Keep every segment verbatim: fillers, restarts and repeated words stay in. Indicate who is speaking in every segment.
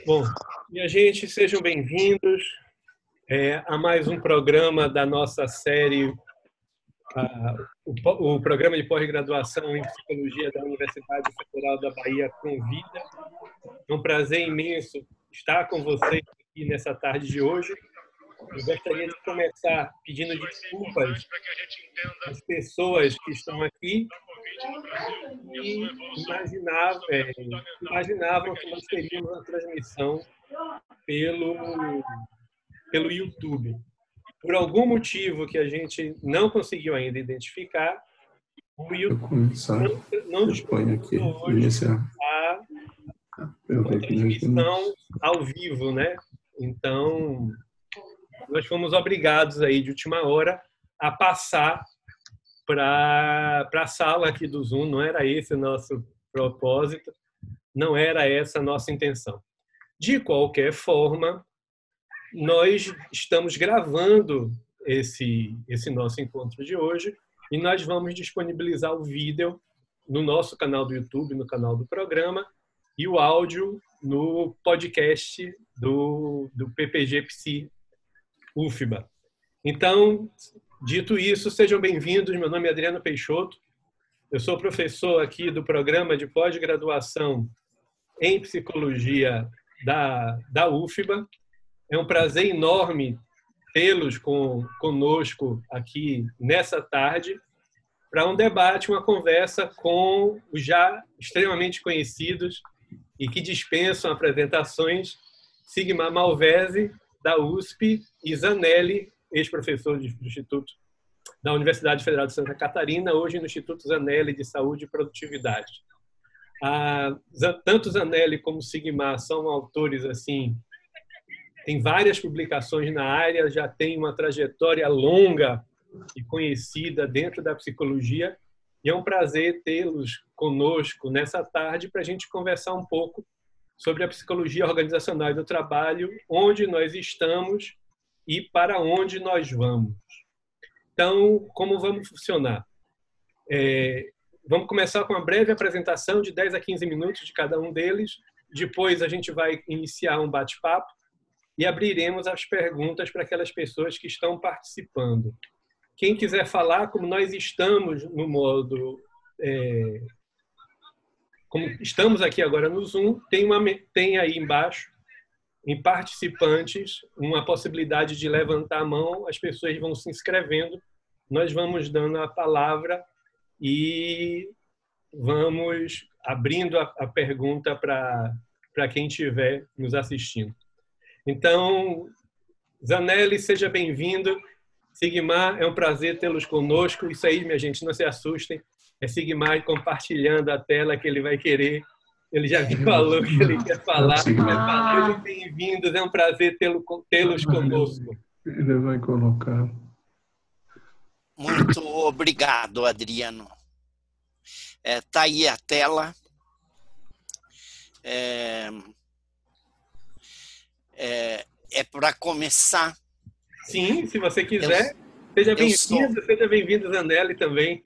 Speaker 1: Bom, minha gente, sejam bem-vindos é, a mais um programa da nossa série, a, o, o programa de pós-graduação em Psicologia da Universidade Federal da Bahia Convida. É um prazer imenso estar com vocês aqui nessa tarde de hoje. Eu gostaria de começar pedindo desculpas às pessoas que estão aqui e imaginavam, é, imaginavam que nós teríamos uma transmissão pelo, pelo YouTube. Por algum motivo que a gente não conseguiu ainda identificar, o YouTube não, não disponibilizou hoje a, a transmissão ao vivo, né? Então, nós fomos obrigados aí de última hora a passar para a sala aqui do Zoom. Não era esse o nosso propósito, não era essa a nossa intenção. De qualquer forma, nós estamos gravando esse, esse nosso encontro de hoje e nós vamos disponibilizar o vídeo no nosso canal do YouTube, no canal do programa, e o áudio no podcast do, do P P G Psi U F B A. Então, dito isso, sejam bem-vindos. Meu nome é Adriano Peixoto, eu sou professor aqui do programa de pós-graduação em Psicologia da, da U F B A. É um prazer enorme tê-los com, conosco aqui nessa tarde para um debate, uma conversa com os já extremamente conhecidos e que dispensam apresentações, Sigmar Malvese, da U S P, e Zanelli, ex-professor do Instituto da Universidade Federal de Santa Catarina, hoje no Instituto Zanelli de Saúde e Produtividade. Ah, tanto Zanelli como Sigmar são autores assim, tem várias publicações na área, já tem uma trajetória longa e conhecida dentro da psicologia, e é um prazer tê-los conosco nessa tarde para a gente conversar um pouco sobre a psicologia organizacional e do trabalho, onde nós estamos e para onde nós vamos. Então, como vamos funcionar? É, vamos começar com uma breve apresentação de dez a quinze minutos de cada um deles, depois a gente vai iniciar um bate-papo, e abriremos as perguntas para aquelas pessoas que estão participando. Quem quiser falar, como nós estamos no modo... É, como estamos aqui agora no Zoom, tem, uma, tem aí embaixo, em participantes, uma possibilidade de levantar a mão, as pessoas vão se inscrevendo, nós vamos dando a palavra e vamos abrindo a, a pergunta para para quem estiver nos assistindo. Então, Zanelli, seja bem-vindo. Sigmar, é um prazer tê-los conosco. Isso aí, minha gente, não se assustem. É Sigmar compartilhando a tela que ele vai querer. Ele já me falou que ele quer falar. Sejam bem-vindos, é um prazer tê-los conosco.
Speaker 2: Ele vai colocar.
Speaker 3: Muito obrigado, Adriano. É, tá aí a tela. É... É, é para começar.
Speaker 1: Sim, se você quiser. Eu, seja bem-vindo, sou... seja bem-vindo, Zanelli, também.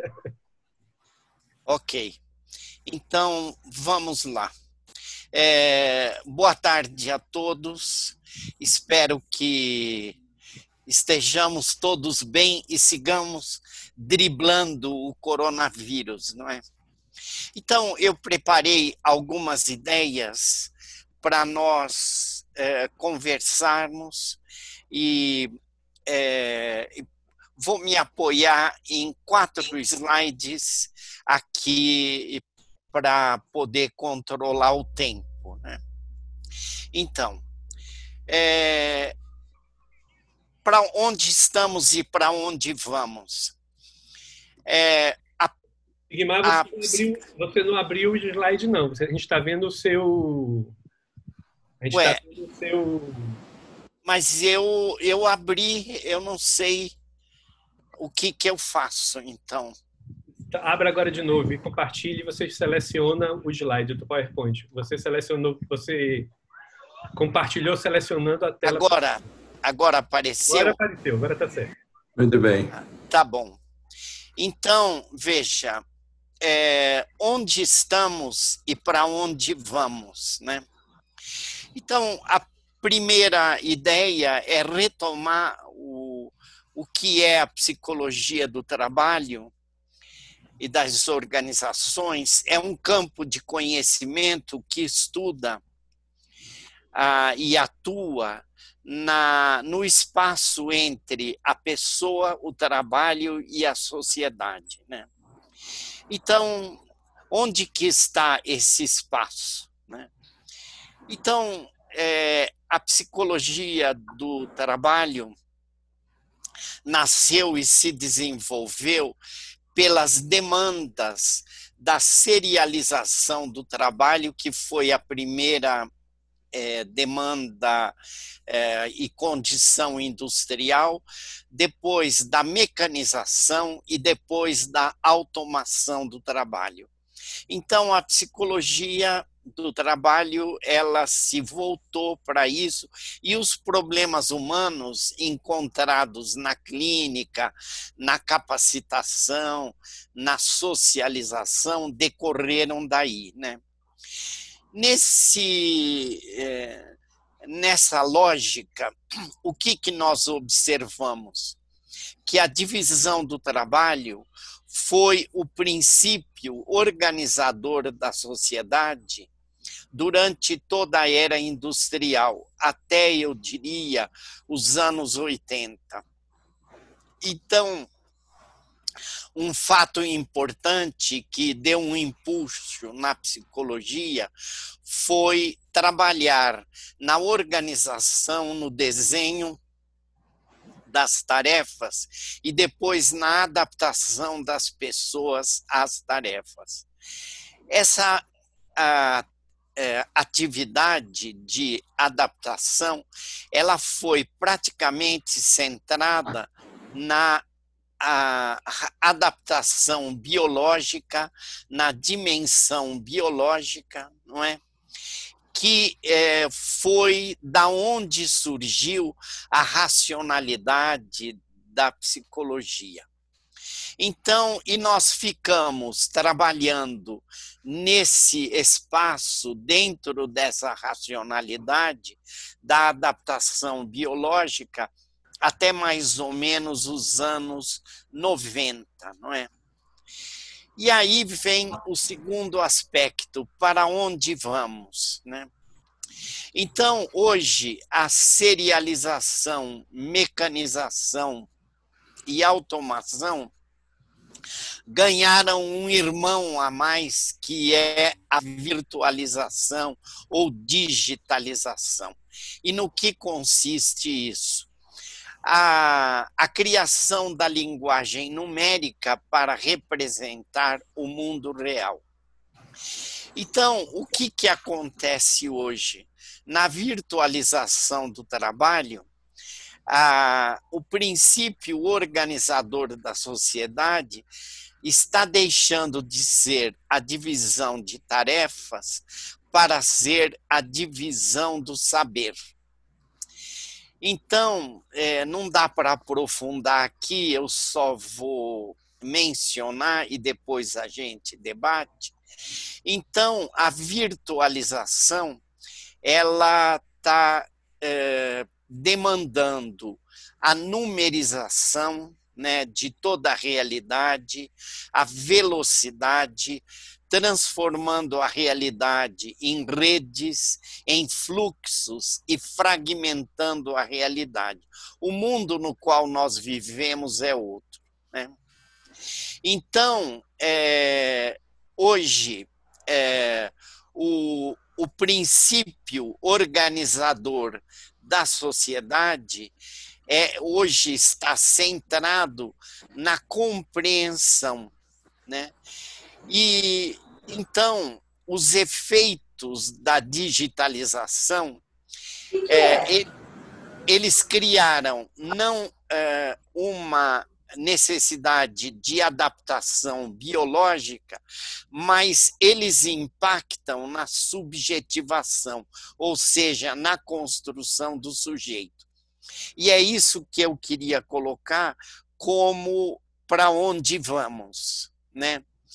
Speaker 3: Ok. Então, vamos lá. É, boa tarde a todos. Espero que estejamos todos bem e sigamos driblando o coronavírus, não é? Então, eu preparei algumas ideias para nós É, conversarmos e é, vou me apoiar em quatro slides aqui para poder controlar o tempo, né? Então, é, para onde estamos e para onde vamos? É, a,
Speaker 1: Sigmar, você, a, não abriu, você não abriu o slide, não. A gente está vendo o seu... A gente
Speaker 3: Ué,
Speaker 1: tá vendo o seu...
Speaker 3: Mas eu, eu abri, eu não sei o que, que eu faço, então.
Speaker 1: Abra agora de novo e compartilhe. Você seleciona o slide do PowerPoint. Você selecionou, você compartilhou selecionando a tela.
Speaker 3: Agora, agora apareceu?
Speaker 1: Agora apareceu, agora está certo.
Speaker 2: Muito bem.
Speaker 3: Tá bom. Então, veja, é, onde estamos e para onde vamos, né? Então, a primeira ideia é retomar o, o que é a psicologia do trabalho e das organizações. É um campo de conhecimento que estuda ah, e atua na, no espaço entre a pessoa, o trabalho e a sociedade, né? Então, onde que está esse espaço, né? Então, é, a psicologia do trabalho nasceu e se desenvolveu pelas demandas da serialização do trabalho, que foi a primeira é, demanda é, e condição industrial, depois da mecanização e depois da automação do trabalho. Então, a psicologia do trabalho, ela se voltou para isso, e os problemas humanos encontrados na clínica, na capacitação, na socialização, decorreram daí, né? Nesse, é, nessa lógica, o que, que nós observamos? Que a divisão do trabalho foi o princípio organizador da sociedade durante toda a era industrial, até, eu diria, os anos oitenta. Então, um fato importante que deu um impulso na psicologia foi trabalhar na organização, no desenho das tarefas e depois na adaptação das pessoas às tarefas. Essa a, é, atividade de adaptação, ela foi praticamente centrada na a adaptação biológica, na dimensão biológica, não é? Que é, foi da onde surgiu a racionalidade da psicologia. Então, e nós ficamos trabalhando nesse espaço, dentro dessa racionalidade da adaptação biológica, até mais ou menos os anos noventa, não é? E aí vem o segundo aspecto, para onde vamos, né? Então, hoje, a serialização, mecanização e automação ganharam um irmão a mais, que é a virtualização ou digitalização. E no que consiste isso? A, a criação da linguagem numérica para representar o mundo real. Então, o que, que acontece hoje? Na virtualização do trabalho, a, o princípio organizador da sociedade está deixando de ser a divisão de tarefas para ser a divisão do saber. Então, é, não dá para aprofundar aqui, eu só vou mencionar e depois a gente debate. Então, a virtualização, ela está é, demandando a numerização, né, de toda a realidade, a velocidade, transformando a realidade em redes, em fluxos e fragmentando a realidade. O mundo no qual nós vivemos é outro, né? Então, é, hoje, é, o, o princípio organizador da sociedade é, hoje está centrado na compreensão, né? E então os efeitos da digitalização, é, eles criaram não é, uma necessidade de adaptação biológica, mas eles impactam na subjetivação, ou seja, na construção do sujeito. E é isso que eu queria colocar como para onde vamos, né?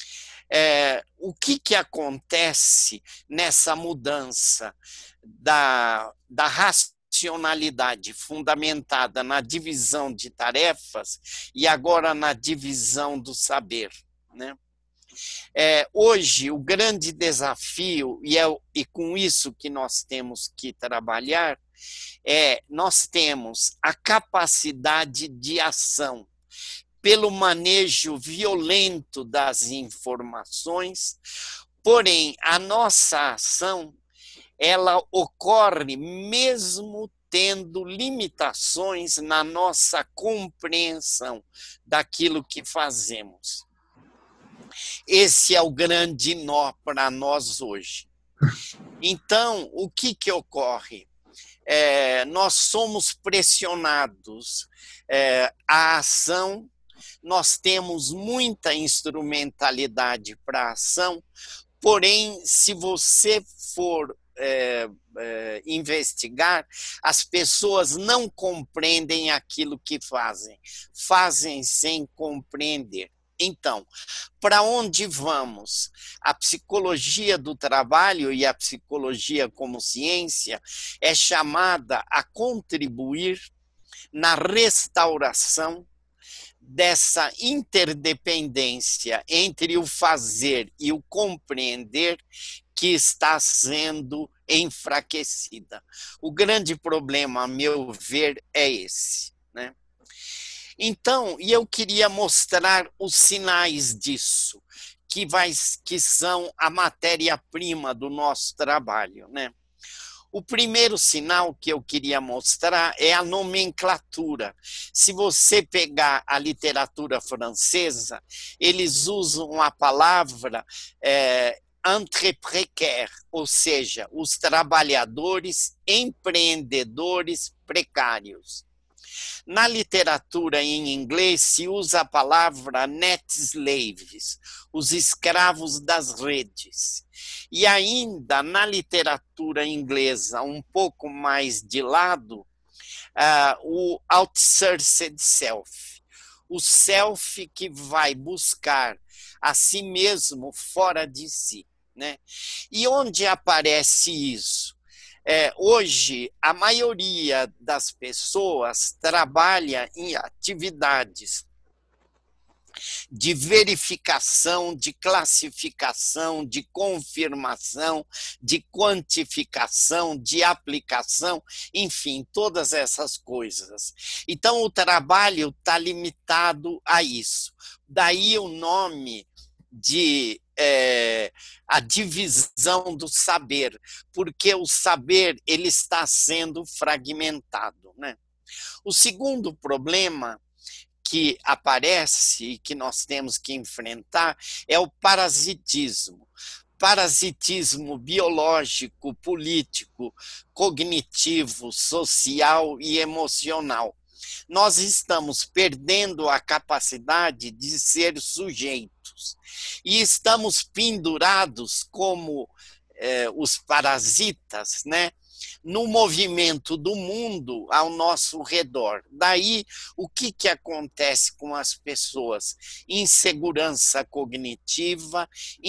Speaker 3: É, o que, que acontece nessa mudança da, da racionalidade fundamentada na divisão de tarefas e agora na divisão do saber, né? É, hoje, o grande desafio, e é e com isso que nós temos que trabalhar, é nós temos a capacidade de ação pelo manejo violento das informações, porém, a nossa ação, ela ocorre mesmo tendo limitações na nossa compreensão daquilo que fazemos. Esse é o grande nó para nós hoje. Então, o que, que ocorre? É, nós somos pressionados é, à ação, nós temos muita instrumentalidade para a ação, porém, se você for é, é, investigar, as pessoas não compreendem aquilo que fazem, fazem sem compreender. Então, para onde vamos? A psicologia do trabalho e a psicologia como ciência é chamada a contribuir na restauração dessa interdependência entre o fazer e o compreender que está sendo enfraquecida. O grande problema, a meu ver, é esse, né? Então, e eu queria mostrar os sinais disso, que, vai, que são a matéria-prima do nosso trabalho, né? O primeiro sinal que eu queria mostrar é a nomenclatura. Se você pegar a literatura francesa, eles usam a palavra é, entre précaires, ou seja, os trabalhadores empreendedores precários. Na literatura em inglês se usa a palavra net slaves, os escravos das redes. E ainda na literatura inglesa, um pouco mais de lado, uh, o outsourced self, o self que vai buscar a si mesmo fora de si, né? E onde aparece isso? É, hoje, a maioria das pessoas trabalha em atividades de verificação, de classificação, de confirmação, de quantificação, de aplicação, enfim, todas essas coisas. Então, o trabalho está limitado a isso. Daí o nome de é, a divisão do saber, porque o saber ele está sendo fragmentado, né? O segundo problema que aparece e que nós temos que enfrentar é o parasitismo. Parasitismo biológico, político, cognitivo, social e emocional. Nós estamos perdendo a capacidade de ser sujeitos e estamos pendurados como eh, os parasitas, né, no movimento do mundo ao nosso redor. Daí, o que, que acontece com as pessoas? Insegurança cognitiva,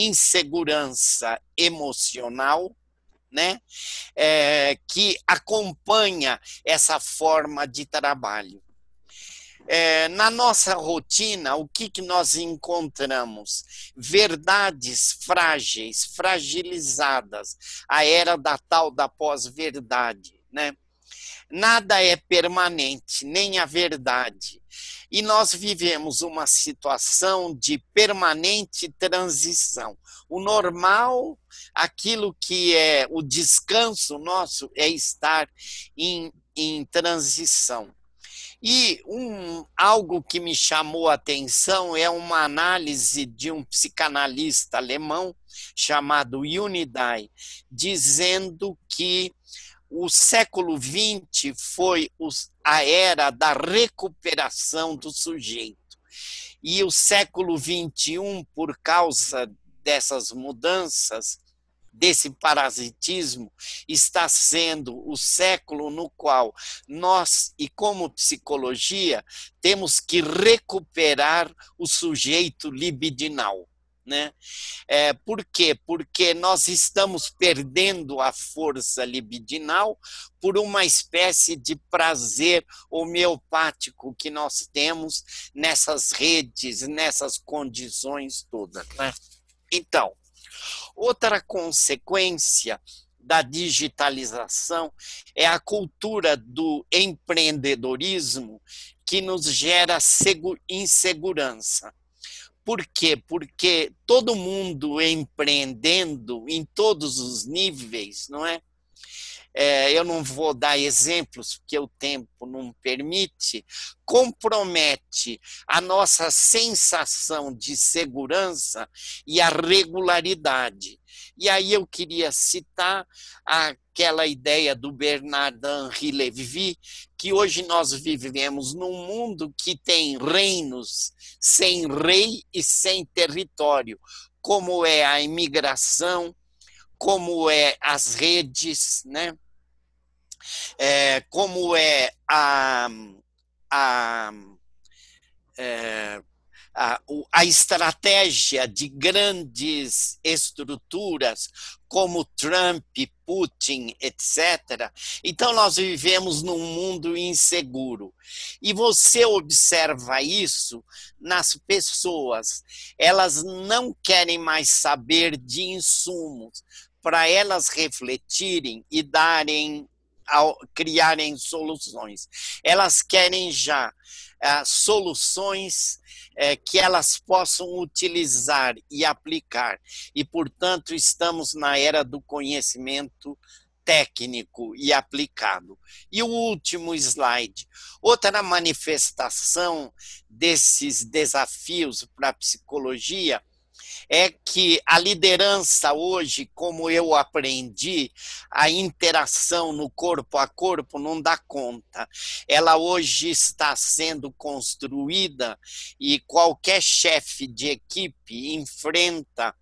Speaker 3: insegurança emocional, né? É, que acompanha essa forma de trabalho. É, na nossa rotina, o que, que nós encontramos? Verdades frágeis, fragilizadas, a era da tal da pós-verdade, né? Nada é permanente, nem a verdade. E nós vivemos uma situação de permanente transição. O normal, aquilo que é o descanso nosso, é estar em, em transição. E um, algo que me chamou a atenção é uma análise de um psicanalista alemão chamado Unidai, dizendo que o século vinte foi a era da recuperação do sujeito. E o século vinte e um, por causa dessas mudanças, desse parasitismo, está sendo o século no qual nós, e como psicologia, temos que recuperar o sujeito libidinal, né? É, por quê? Porque nós estamos perdendo a força libidinal por uma espécie de prazer homeopático que nós temos nessas redes, nessas condições todas, né? Então, outra consequência da digitalização é a cultura do empreendedorismo que nos gera insegurança. Por quê? Porque todo mundo empreendendo em todos os níveis, não é? É, eu não vou dar exemplos, porque o tempo não permite, compromete a nossa sensação de segurança e a regularidade. E aí eu queria citar aquela ideia do Bernard-Henri Lévy, que hoje nós vivemos num mundo que tem reinos sem rei e sem território, como é a imigração, como é as redes, né? É, como é a, a, é, a, a estratégia de grandes estruturas como Trump, Putin, etcétera. Então, nós vivemos num mundo inseguro. E você observa isso nas pessoas. Elas não querem mais saber de insumos para elas refletirem e darem, ao, criarem soluções. Elas querem já ah, soluções eh, que elas possam utilizar e aplicar. E, portanto, estamos na era do conhecimento técnico e aplicado. E o último slide. Outra manifestação desses desafios para a psicologia é que a liderança hoje, como eu aprendi, a interação no corpo a corpo não dá conta. Ela hoje está sendo construída e qualquer chefe de equipe enfrenta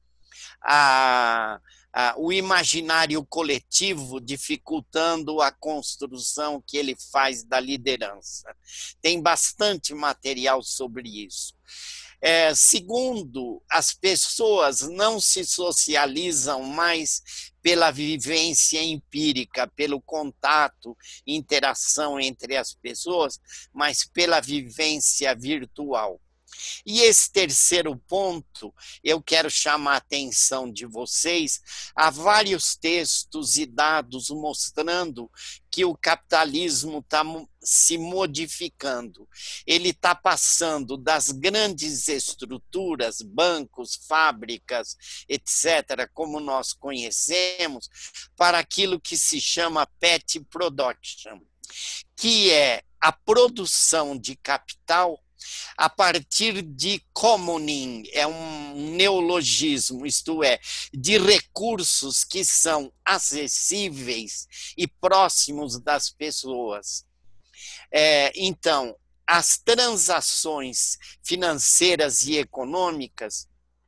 Speaker 3: a, a, o imaginário coletivo, dificultando a construção que ele faz da liderança. Tem bastante material sobre isso. É, segundo, as pessoas não se socializam mais pela vivência empírica, pelo contato, interação entre as pessoas, mas pela vivência virtual. E esse terceiro ponto, eu quero chamar a atenção de vocês a vários textos e dados mostrando que o capitalismo está se modificando. Ele está passando das grandes estruturas, bancos, fábricas, etcétera, como nós conhecemos, para aquilo que se chama pet production, que é a produção de capital a partir de commoning, é um neologismo, isto é, de recursos que são acessíveis e próximos das pessoas. É, então, as transações financeiras e econômicas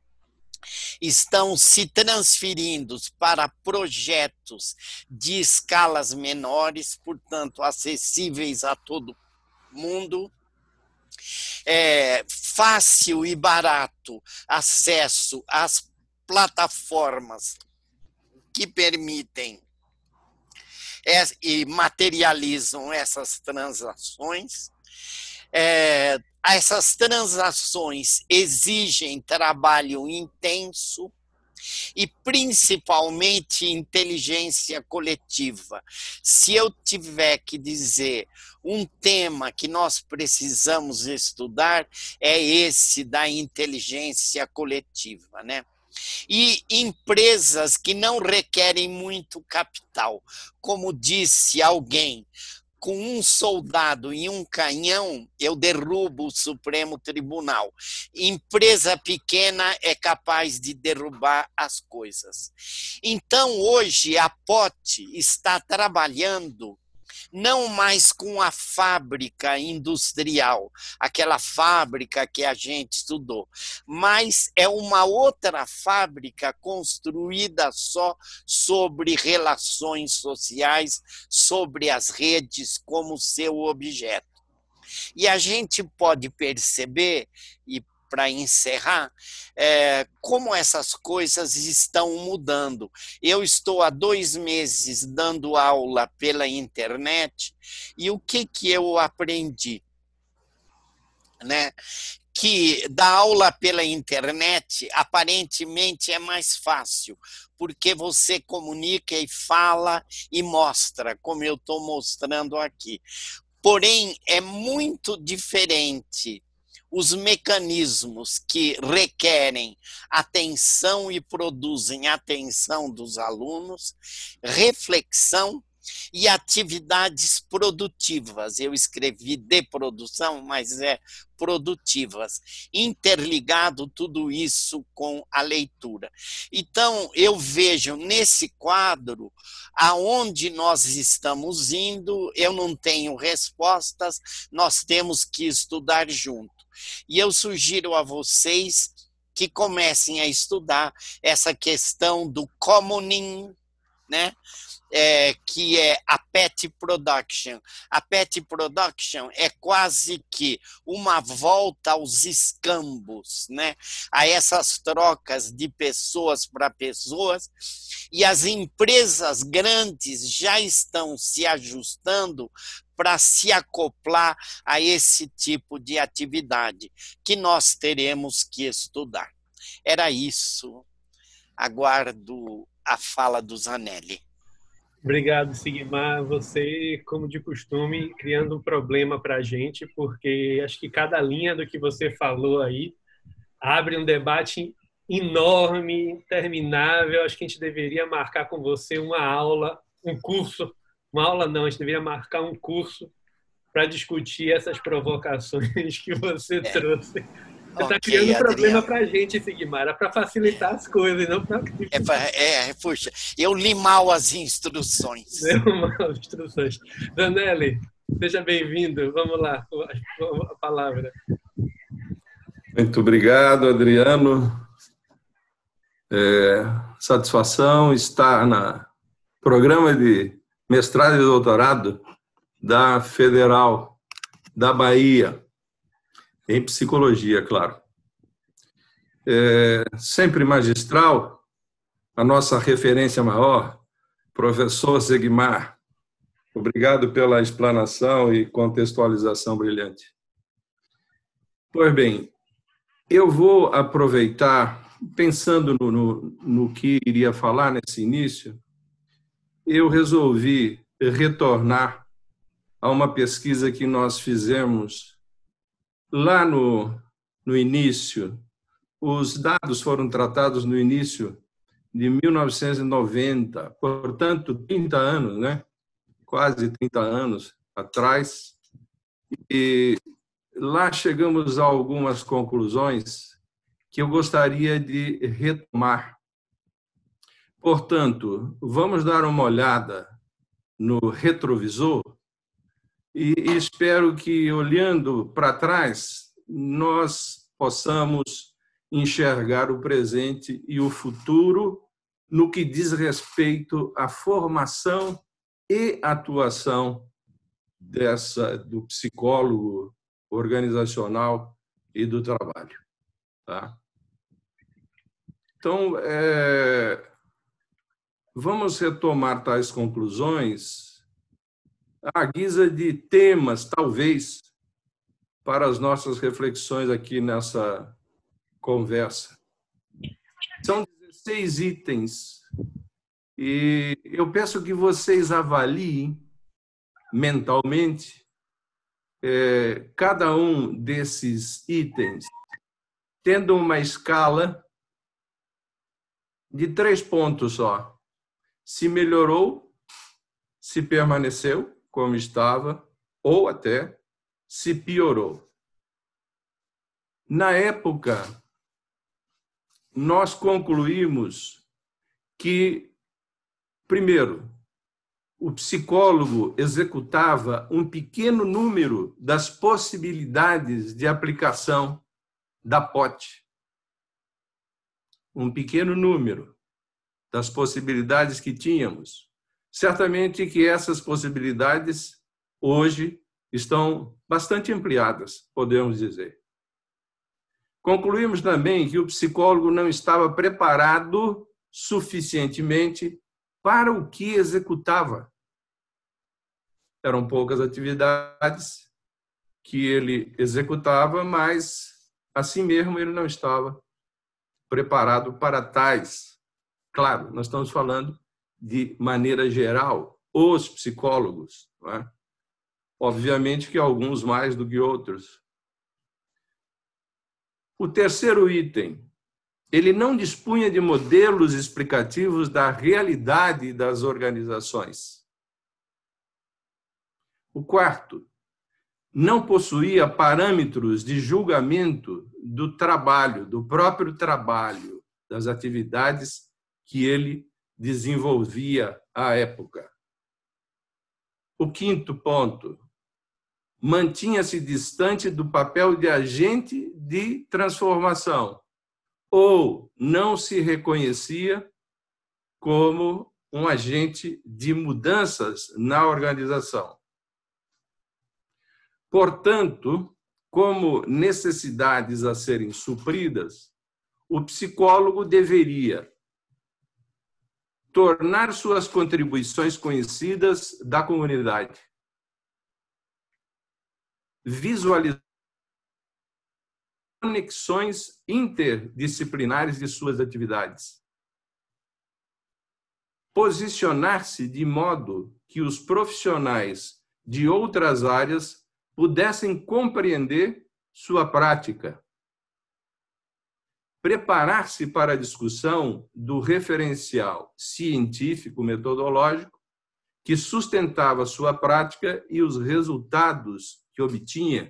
Speaker 3: estão se transferindo para projetos de escalas menores, portanto, acessíveis a todo mundo. É, fácil e barato acesso às plataformas que permitem é, e materializam essas transações. É, essas transações exigem trabalho intenso e principalmente inteligência coletiva. Se eu tiver que dizer um tema que nós precisamos estudar, é esse da inteligência coletiva, né? E empresas que não requerem muito capital, como disse alguém, com um soldado e um canhão, eu derrubo o Supremo Tribunal. Empresa pequena é capaz de derrubar as coisas. Então, hoje, a P O T está trabalhando não mais com a fábrica industrial, aquela fábrica que a gente estudou, mas é uma outra fábrica construída só sobre relações sociais, sobre as redes como seu objeto. E a gente pode perceber, e para encerrar, é, como essas coisas estão mudando. Eu estou há dois meses dando aula pela internet e o que, que eu aprendi? Né? Que dar aula pela internet aparentemente é mais fácil, porque você comunica e fala e mostra, como eu estou mostrando aqui. Porém, é muito diferente os mecanismos que requerem atenção e produzem atenção dos alunos, reflexão e atividades produtivas. Eu escrevi de produção, mas é produtivas, interligado tudo isso com a leitura. Então, eu vejo nesse quadro aonde nós estamos indo, eu não tenho respostas, nós temos que estudar junto. E eu sugiro a vocês que comecem a estudar essa questão do commoning, né? É, que é a pet production. A pet production é quase que uma volta aos escambos, né? A essas trocas de pessoas para pessoas, e as empresas grandes já estão se ajustando para se acoplar a esse tipo de atividade que nós teremos que estudar. Era isso. Aguardo a fala do Zanelli.
Speaker 1: Obrigado, Sigmar. Você, como de costume, criando um problema para a gente, porque acho que cada linha do que você falou aí abre um debate enorme, interminável. Acho que a gente deveria marcar com você uma aula, um curso. Uma aula não, a gente deveria marcar um curso para discutir essas provocações que você
Speaker 3: É.
Speaker 1: trouxe. Você está
Speaker 3: Okay,
Speaker 1: criando um problema
Speaker 3: Adriano.
Speaker 1: para a gente, Sigmar. É para facilitar as coisas, não para...
Speaker 3: É, pra- é, puxa, eu li mal as instruções.
Speaker 1: As instruções. Zanelli, seja bem-vindo. Vamos lá, a palavra.
Speaker 2: Muito obrigado, Adriano. É, satisfação estar no programa de mestrado e doutorado da Federal da Bahia, em psicologia, claro. É, sempre magistral, a nossa referência maior, professor Sigmar. Obrigado pela explanação e contextualização brilhante. Pois bem, eu vou aproveitar, pensando no, no, no que iria falar nesse início, eu resolvi retornar a uma pesquisa que nós fizemos lá no, no início. Os dados foram tratados no início de mil novecentos e noventa, portanto, trinta anos, né? Quase trinta anos atrás. E lá chegamos a algumas conclusões que eu gostaria de retomar. Portanto, vamos dar uma olhada no retrovisor e espero que, olhando para trás, nós possamos enxergar o presente e o futuro no que diz respeito à formação e atuação dessa, do psicólogo organizacional e do trabalho. Tá? Então, é, vamos retomar tais conclusões à guisa de temas, talvez, para as nossas reflexões aqui nessa conversa. São dezesseis itens e eu peço que vocês avaliem mentalmente é, cada um desses itens, tendo uma escala de três pontos só. Se melhorou, se permaneceu como estava, ou até se piorou. Na época, nós concluímos que, primeiro, o psicólogo executava um pequeno número das possibilidades de aplicação da P O T. Um pequeno número das possibilidades que tínhamos. Certamente que essas possibilidades hoje estão bastante ampliadas, podemos dizer. Concluímos também que o psicólogo não estava preparado suficientemente para o que executava. Eram poucas atividades que ele executava, mas, assim mesmo, ele não estava preparado para tais. Claro, nós estamos falando de maneira geral, os psicólogos, não é? Obviamente que alguns mais do que outros. O terceiro item, ele não dispunha de modelos explicativos da realidade das organizações. O quarto, não possuía parâmetros de julgamento do trabalho, do próprio trabalho, das atividades que ele desenvolvia à época. O quinto ponto, mantinha-se distante do papel de agente de transformação, ou não se reconhecia como um agente de mudanças na organização. Portanto, como necessidades a serem supridas, o psicólogo deveria tornar suas contribuições conhecidas da comunidade, visualizar conexões interdisciplinares de suas atividades, posicionar-se de modo que os profissionais de outras áreas pudessem compreender sua prática, preparar-se para a discussão do referencial científico-metodológico que sustentava sua prática e os resultados que obtinha.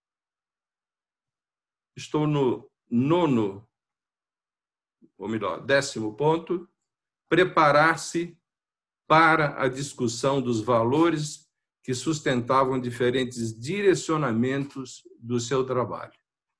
Speaker 2: Estou no nono, ou melhor, décimo ponto, preparar-se para a discussão dos valores que sustentavam diferentes direcionamentos do seu trabalho.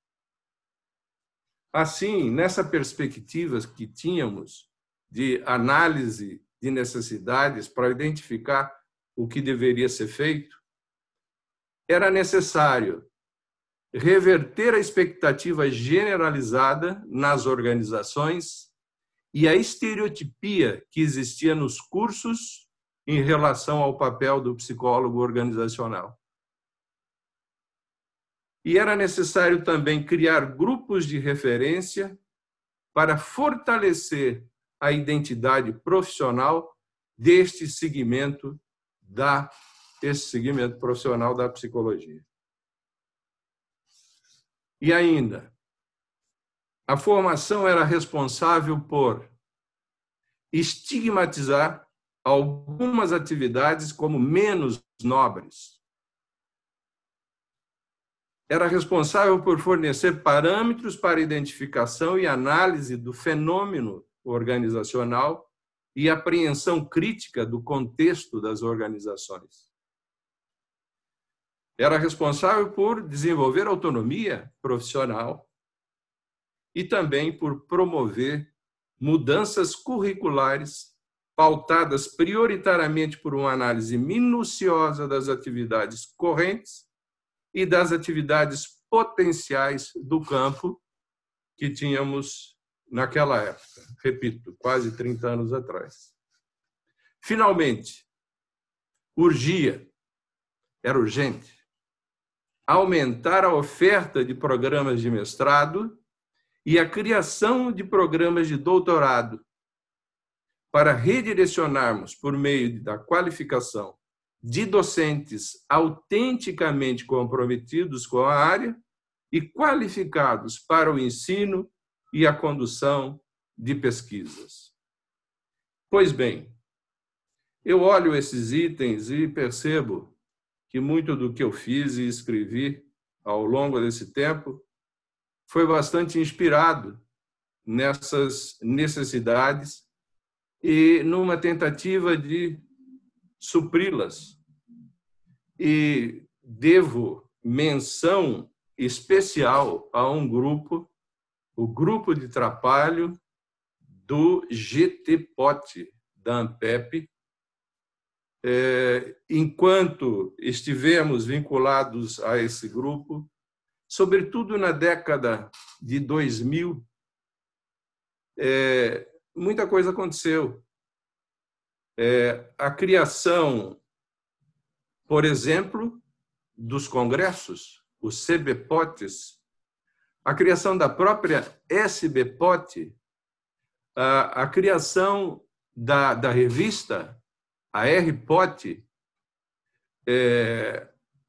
Speaker 2: Assim, nessa perspectiva que tínhamos de análise de necessidades para identificar o que deveria ser feito, era necessário reverter a expectativa generalizada nas organizações e a estereotipia que existia nos cursos em relação ao papel do psicólogo organizacional. E era necessário também criar grupos de referência para fortalecer a identidade profissional deste segmento da esse segmento profissional da psicologia. E ainda, a formação era responsável por estigmatizar algumas atividades como menos nobres. Era responsável por fornecer parâmetros para identificação e análise do fenômeno organizacional e apreensão crítica do contexto das organizações. Era responsável por desenvolver autonomia profissional e também por promover mudanças curriculares pautadas prioritariamente por uma análise minuciosa das atividades correntes e das atividades potenciais do campo que tínhamos naquela época. Repito, quase trinta anos atrás. Finalmente, urgia, era urgente, aumentar a oferta de programas de mestrado e a criação de programas de doutorado para redirecionarmos, por meio da qualificação de docentes autenticamente comprometidos com a área e qualificados para o ensino e a condução de pesquisas. Pois bem, eu olho esses itens e percebo que muito do que eu fiz e escrevi ao longo desse tempo foi bastante inspirado nessas necessidades e numa tentativa de supri-las. E devo menção especial a um grupo, o grupo de trabalho do G T P O T, da ANPEP. É, enquanto estivemos vinculados a esse grupo, sobretudo na década de dois mil, é, muita coisa aconteceu. É, a criação, por exemplo, dos congressos, os C B P O Ts, a criação da própria S B P O T, a, a criação da, da revista, a R P O T, é,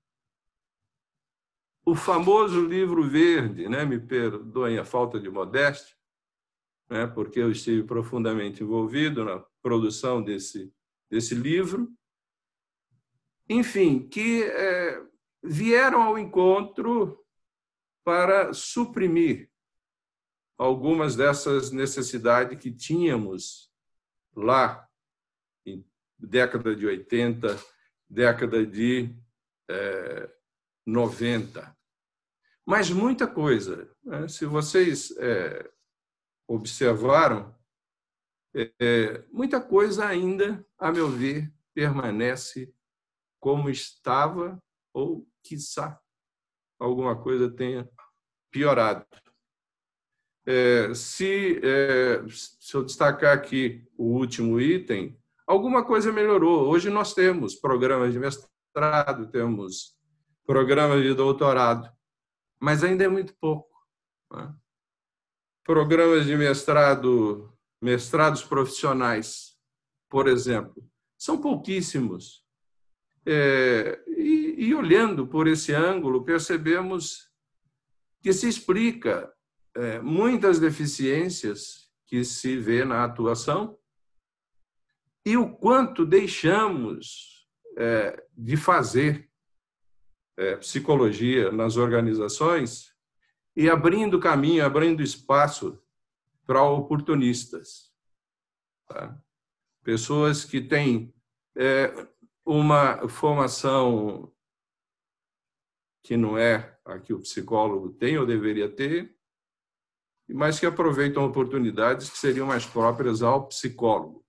Speaker 2: o famoso livro verde, né? Me perdoem a falta de modéstia, né? Porque eu estive profundamente envolvido na produção desse, desse livro. Enfim, que é, vieram ao encontro para suprimir algumas dessas necessidades que tínhamos lá em década de oitenta, década de é, noventa. Mas muita coisa, né? Se vocês é, observaram, é, muita coisa ainda, a meu ver, permanece como estava ou, quiçá, alguma coisa tenha piorado. É, se, é, se eu destacar aqui o último item, alguma coisa melhorou. Hoje nós temos programas de mestrado, temos programas de doutorado, mas ainda é muito pouco, né? Programas de mestrado, mestrados profissionais, por exemplo, são pouquíssimos. É, e, e olhando por esse ângulo, percebemos que se explica é, muitas deficiências que se vê na atuação e o quanto deixamos é, de fazer é, psicologia nas organizações e abrindo caminho, abrindo espaço para oportunistas, tá? Pessoas que têm é, uma formação que não é a que o psicólogo tem ou deveria ter, mas que aproveitam oportunidades que seriam mais próprias ao psicólogo.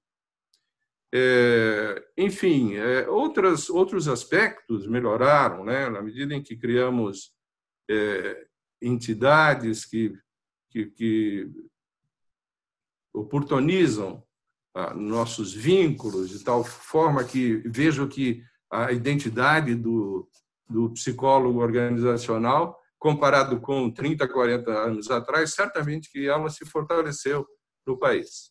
Speaker 2: É, enfim, é, outras, outros aspectos melhoraram, né? Na medida em que criamos é, entidades que, que, que oportunizam ah, nossos vínculos, de tal forma que vejo que a identidade do, do psicólogo organizacional, comparado com trinta, quarenta anos atrás, certamente que ela se fortaleceu no país.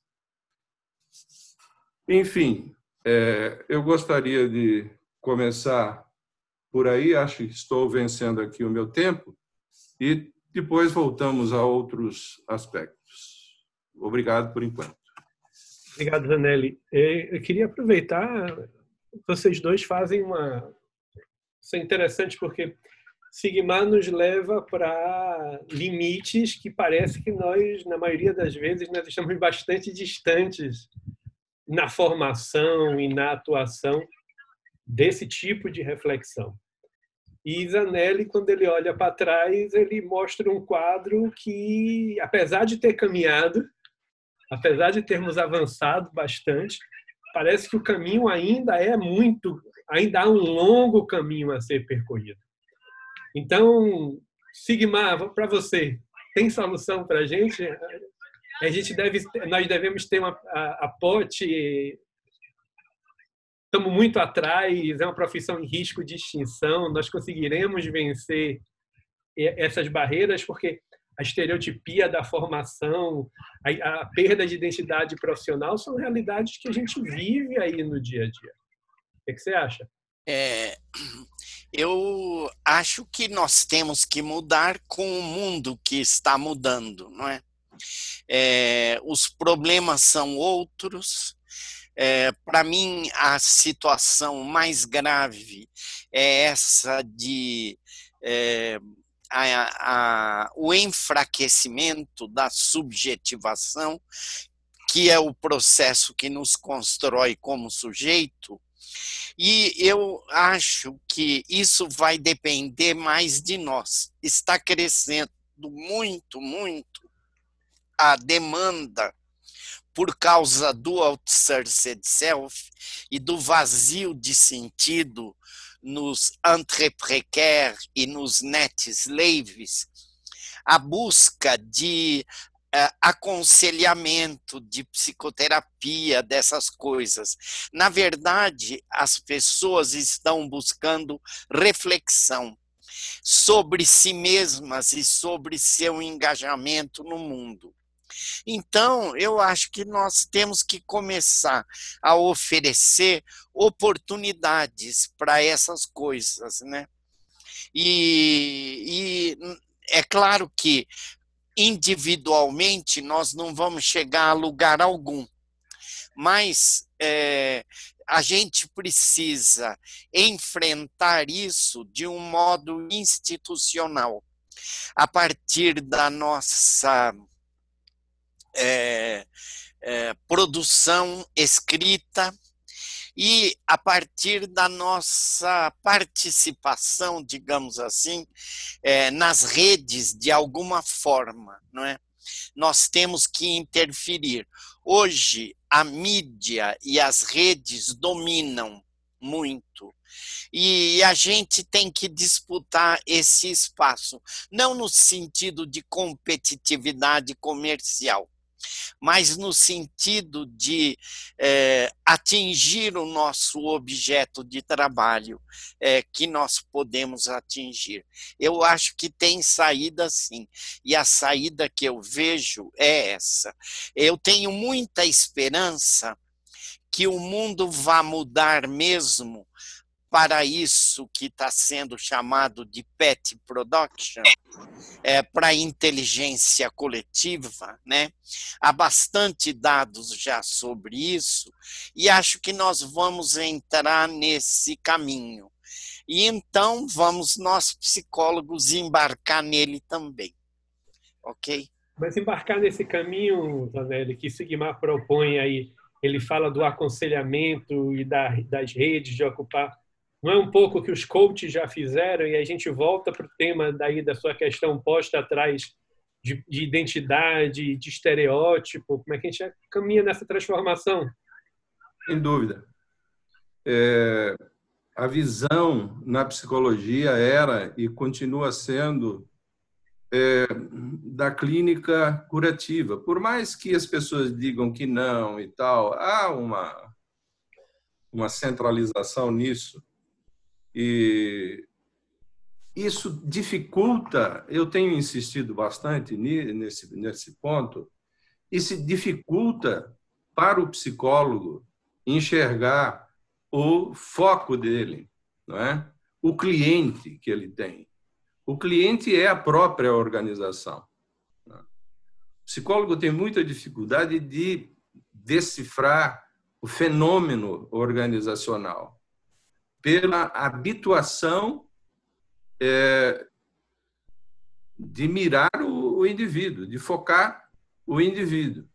Speaker 2: Enfim, é, eu gostaria de começar por aí, acho que estou vencendo aqui o meu tempo, e depois voltamos a outros aspectos. Obrigado por enquanto.
Speaker 1: Obrigado, Zanelli. Eu queria aproveitar, vocês dois fazem uma... Isso é interessante porque Sigmar nos leva para limites que parece que nós, na maioria das vezes, nós estamos bastante distantes na formação e na atuação desse tipo de reflexão. E Zanelli, quando ele olha para trás, ele mostra um quadro que, apesar de ter caminhado, apesar de termos avançado bastante, parece que o caminho ainda é muito, ainda há um longo caminho a ser percorrido. Então, Sigmar, para você, tem solução para a gente? A gente deve, nós devemos ter uma a, a P O T, estamos muito atrás, é uma profissão em risco de extinção, nós conseguiremos vencer essas barreiras porque a estereotipia da formação, a, a perda de identidade profissional são realidades que a gente vive aí no dia a dia. O que você acha?
Speaker 3: É, eu acho que nós temos que mudar com o mundo que está mudando, não é? É, os problemas são outros. É, para mim, a situação mais grave é essa de é, a, a, o enfraquecimento da subjetivação, que é o processo que nos constrói como sujeito. E eu acho que isso vai depender mais de nós. Está crescendo muito, muito a demanda por causa do outsourced self e do vazio de sentido nos entre-précaires e nos net slaves, a busca de uh, aconselhamento, de psicoterapia, dessas coisas. Na verdade, as pessoas estão buscando reflexão sobre si mesmas e sobre seu engajamento no mundo. Então, eu acho que nós temos que começar a oferecer oportunidades para essas coisas, né? E, e é claro que individualmente nós não vamos chegar a lugar algum, mas é, a gente precisa enfrentar isso de um modo institucional, a partir da nossa é, é, produção escrita e a partir da nossa participação, digamos assim, é, nas redes de alguma forma, não é? Nós temos que interferir. Hoje, a mídia e as redes dominam muito. E a gente tem que disputar esse espaço, não no sentido de competitividade comercial, mas no sentido de é, atingir o nosso objeto de trabalho, é, que nós podemos atingir. Eu acho que tem saída sim, e a saída que eu vejo é essa. Eu tenho muita esperança que o mundo vá mudar mesmo para isso que está sendo chamado de pet production, é, para a inteligência coletiva, né? Há bastante dados já sobre isso, e acho que nós vamos entrar nesse caminho. E então vamos nós, psicólogos, embarcar nele também. Ok?
Speaker 1: Mas embarcar nesse caminho, Zanelli, que Sigmar propõe aí, ele fala do aconselhamento e da, das redes de ocupar. Não é um pouco o que os coaches já fizeram, e a gente volta para o tema daí da sua questão posta atrás de, de identidade, de estereótipo, como é que a gente caminha nessa transformação?
Speaker 2: Sem dúvida. É, a visão na psicologia era e continua sendo é, da clínica curativa. Por mais que as pessoas digam que não e tal, há uma, uma centralização nisso. E isso dificulta, eu tenho insistido bastante nesse, nesse ponto, isso dificulta para o psicólogo enxergar o foco dele, não é? O cliente que ele tem. O cliente é a própria organização. O psicólogo tem muita dificuldade de decifrar o fenômeno organizacional pela habituação é, de mirar o, o indivíduo, de focar o indivíduo.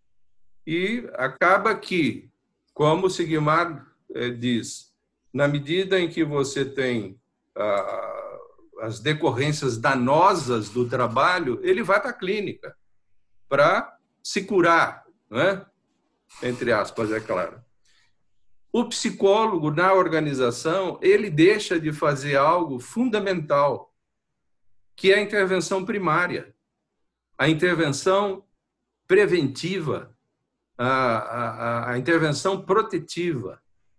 Speaker 2: E acaba que, como o Sigmar é, diz, na medida em que você tem ah, as decorrências danosas do trabalho, ele vai para a clínica para se curar, não é? Entre aspas, é claro. O psicólogo, na organização, ele deixa de fazer algo fundamental, que é a intervenção primária, a intervenção preventiva, a, a, a intervenção protetiva.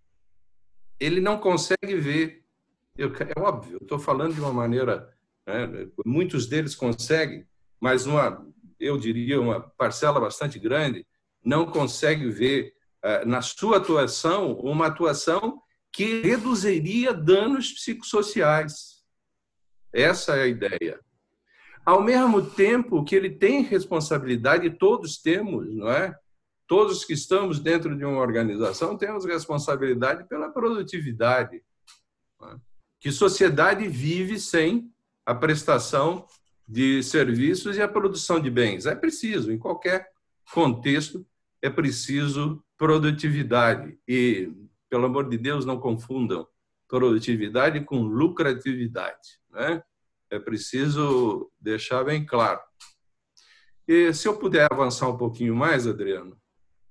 Speaker 2: Ele não consegue ver. Eu, é óbvio, eu estou falando de uma maneira... Né, muitos deles conseguem, mas uma, eu diria uma parcela bastante grande não consegue ver na sua atuação, uma atuação que reduziria danos psicossociais. Essa é a ideia. Ao mesmo tempo que ele tem responsabilidade, todos temos, não é? Todos que estamos dentro de uma organização temos responsabilidade pela produtividade. Não é? Que sociedade vive sem a prestação de serviços e a produção de bens? É preciso, em qualquer contexto, é preciso produtividade. E, pelo amor de Deus, não confundam produtividade com lucratividade, né? É preciso deixar bem claro. E se eu puder avançar um pouquinho mais, Adriano,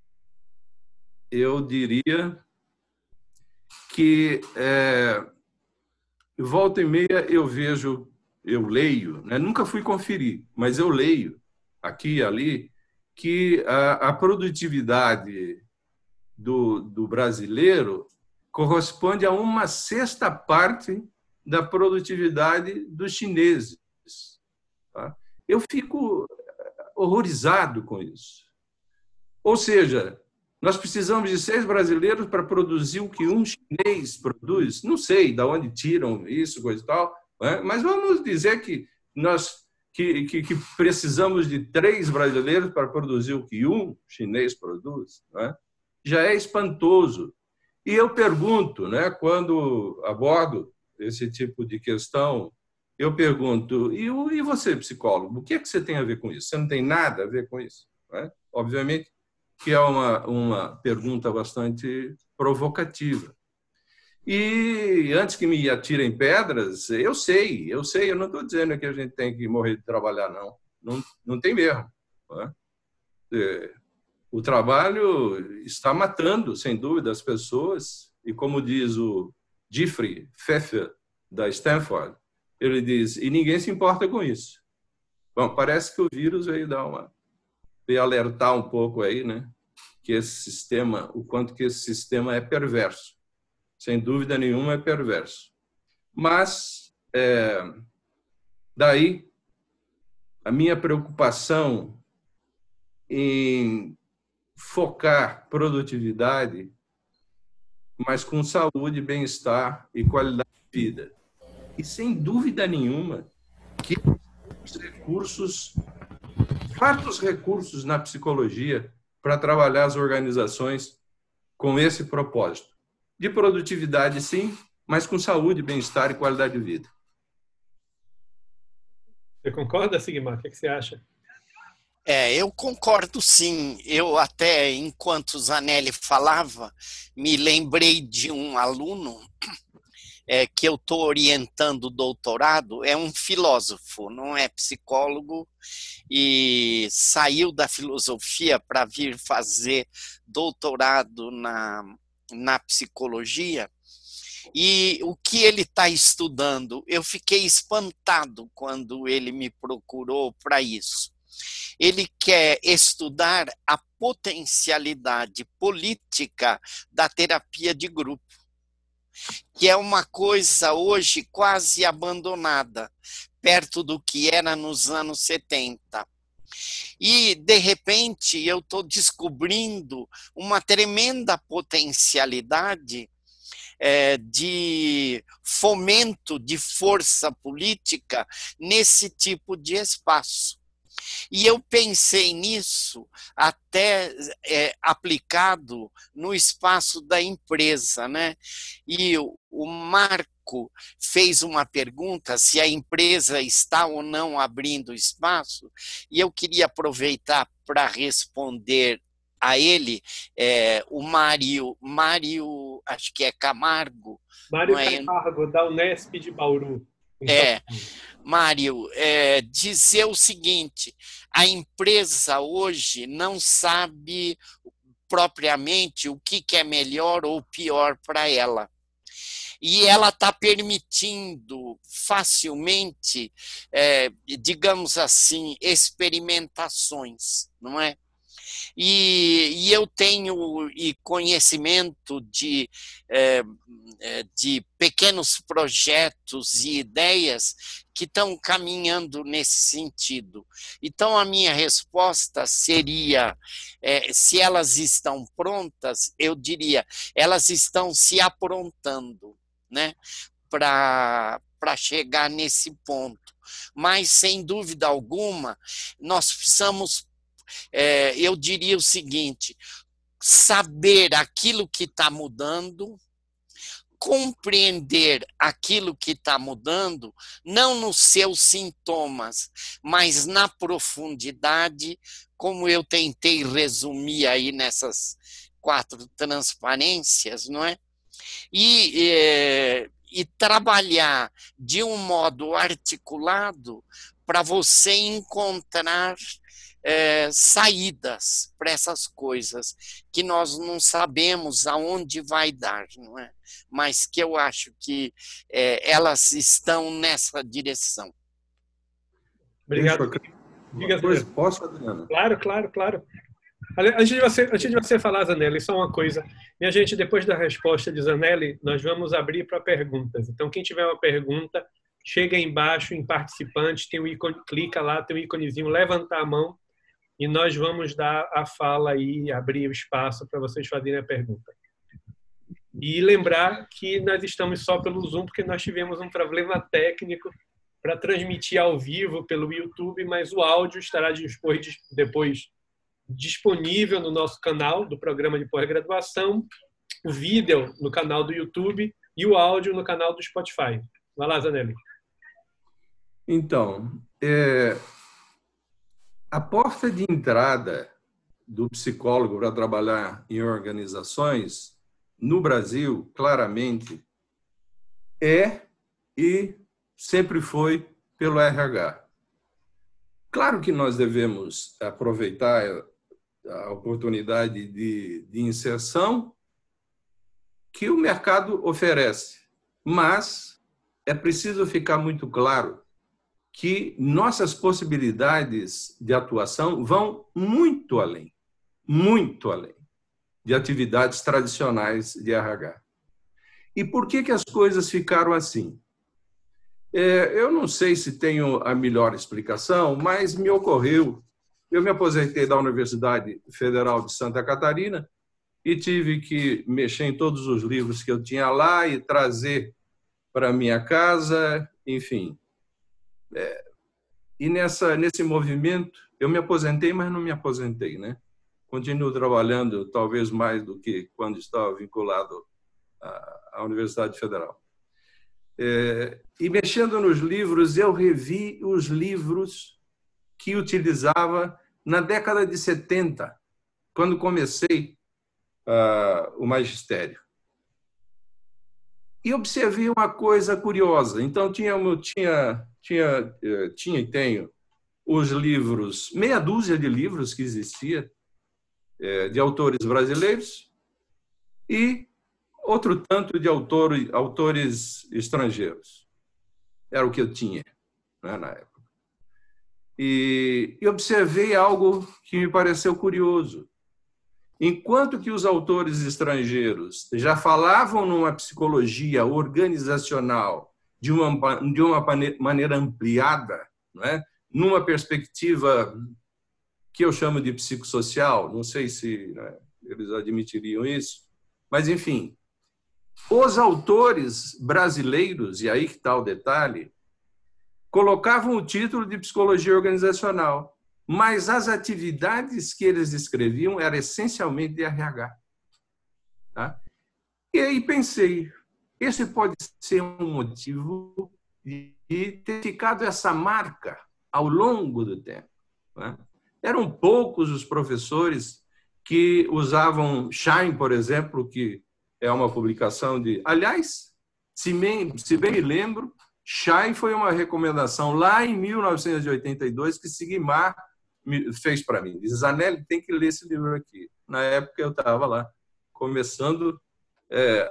Speaker 2: eu diria que é, volta e meia eu vejo, eu leio, né? Nunca fui conferir, mas eu leio aqui e ali que a, a produtividade do, do brasileiro corresponde a uma sexta parte da produtividade dos chineses. Tá? Eu fico horrorizado com isso. Ou seja, nós precisamos de seis brasileiros para produzir o que um chinês produz. Não sei de onde tiram isso, coisa e tal, né? Mas vamos dizer que nós que, que, que precisamos de três brasileiros para produzir o que um chinês produz, né? Já é espantoso. E eu pergunto, né, quando abordo esse tipo de questão, eu pergunto, e, e você, psicólogo, o que é que você tem a ver com isso? Você não tem nada a ver com isso, né? Obviamente que é uma, uma pergunta bastante provocativa. E antes que me atirem pedras, eu sei, eu sei, eu não estou dizendo que a gente tem que morrer de trabalhar, não. Não, não tem mesmo, né? O trabalho está matando, sem dúvida, as pessoas. E como diz o Jeffrey Pfeffer, da Stanford, ele diz, e ninguém se importa com isso. Bom, parece que o vírus veio dar uma... veio alertar um pouco aí, né? Que esse sistema, o quanto que esse sistema é perverso. Sem dúvida nenhuma é perverso. Mas, é, daí, a minha preocupação em focar produtividade, mas com saúde, bem-estar e qualidade de vida. E, sem dúvida nenhuma, que os recursos, fartos recursos na psicologia para trabalhar as organizações com esse propósito. De produtividade, sim, mas com saúde, bem-estar e qualidade de vida.
Speaker 1: Você concorda, Sigmar? O que você acha?
Speaker 3: É, eu concordo, sim. Eu até, enquanto Zanelli falava, me lembrei de um aluno é, que eu estou orientando o doutorado, é um filósofo, não é psicólogo, e saiu da filosofia para vir fazer doutorado na, na psicologia. E o que ele está estudando? Eu fiquei espantado quando ele me procurou para isso. Ele quer estudar a potencialidade política da terapia de grupo, que é uma coisa hoje quase abandonada, perto do que era nos anos setenta. E, de repente, eu estou descobrindo uma tremenda potencialidade é, de fomento de força política nesse tipo de espaço. E eu pensei nisso até é, aplicado no espaço da empresa, né? E o, o Marco fez uma pergunta se a empresa está ou não abrindo espaço, e eu queria aproveitar para responder a ele, é, o Mário, Mário, acho que é Camargo.
Speaker 1: Mário
Speaker 3: é?
Speaker 1: Camargo, da Unesp de Bauru.
Speaker 3: É, Mário, é, dizer o seguinte, a empresa hoje não sabe propriamente o que é melhor ou pior para ela. E ela está permitindo facilmente, é, digamos assim, experimentações, não é? E, e eu tenho e conhecimento de, é, de pequenos projetos e ideias que estão caminhando nesse sentido. Então, a minha resposta seria, é, se elas estão prontas, eu diria, elas estão se aprontando, né, para para chegar nesse ponto. Mas, sem dúvida alguma, nós precisamos, é, eu diria o seguinte, saber aquilo que está mudando, compreender aquilo que está mudando, não nos seus sintomas, mas na profundidade, como eu tentei resumir aí nessas quatro transparências, não é? E, é, e trabalhar de um modo articulado para você encontrar é, saídas para essas coisas que nós não sabemos aonde vai dar, não é? Mas que eu acho que é, elas estão nessa direção.
Speaker 1: Obrigado.
Speaker 2: Diga, coisa, posso, Adriana?
Speaker 1: Claro, claro, claro. Antes de você, antes de você falar, Zanelli, só uma coisa. Minha gente, depois da resposta de Zanelli, nós vamos abrir para perguntas. Então, quem tiver uma pergunta, chega aí embaixo em participantes, tem o ícone, clica lá, tem o íconezinho, levantar a mão e nós vamos dar a fala aí, abrir o espaço para vocês fazerem a pergunta. E lembrar que nós estamos só pelo Zoom, porque nós tivemos um problema técnico para transmitir ao vivo pelo YouTube, mas o áudio estará depois, depois disponível no nosso canal do programa de pós-graduação, o vídeo no canal do YouTube e o áudio no canal do Spotify. Vai lá, Zanelli.
Speaker 2: Então, é, a porta de entrada do psicólogo para trabalhar em organizações, no Brasil, claramente, é e sempre foi pelo R H. Claro que nós devemos aproveitar a oportunidade de, de inserção que o mercado oferece, mas é preciso ficar muito claro que nossas possibilidades de atuação vão muito além, muito além de atividades tradicionais de R H. E por que que as coisas ficaram assim? É, eu não sei se tenho a melhor explicação, mas me ocorreu. Eu me aposentei da Universidade Federal de Santa Catarina e tive que mexer em todos os livros que eu tinha lá e trazer para minha casa, enfim. É, e nessa, nesse movimento, eu me aposentei, mas não me aposentei, né? Continuo trabalhando, talvez mais do que quando estava vinculado à, à Universidade Federal. É, e mexendo nos livros, eu revi os livros que utilizava na década de setenta, quando comecei uh, o magistério. E observei uma coisa curiosa. Então, tinha, tinha, tinha, tinha e tenho os livros, meia dúzia de livros que existia, é, de autores brasileiros, e outro tanto de autores, autores estrangeiros. Era o que eu tinha, né, na época. E, e observei algo que me pareceu curioso. Enquanto que os autores estrangeiros já falavam numa psicologia organizacional de uma, de uma maneira ampliada, né, numa perspectiva que eu chamo de psicossocial, não sei se, né, eles admitiriam isso, mas, enfim, os autores brasileiros, e aí que está o detalhe, colocavam o título de psicologia organizacional, mas as atividades que eles escreviam eram essencialmente de R H. Tá? E aí pensei, esse pode ser um motivo de ter ficado essa marca ao longo do tempo. Né? Eram poucos os professores que usavam Schein, por exemplo, que é uma publicação de... Aliás, se bem, se bem me lembro, Schein foi uma recomendação lá em mil novecentos e oitenta e dois que Sigmar fez para mim. Diz, Zanelli, tem que ler esse livro aqui. Na época eu estava lá, começando é,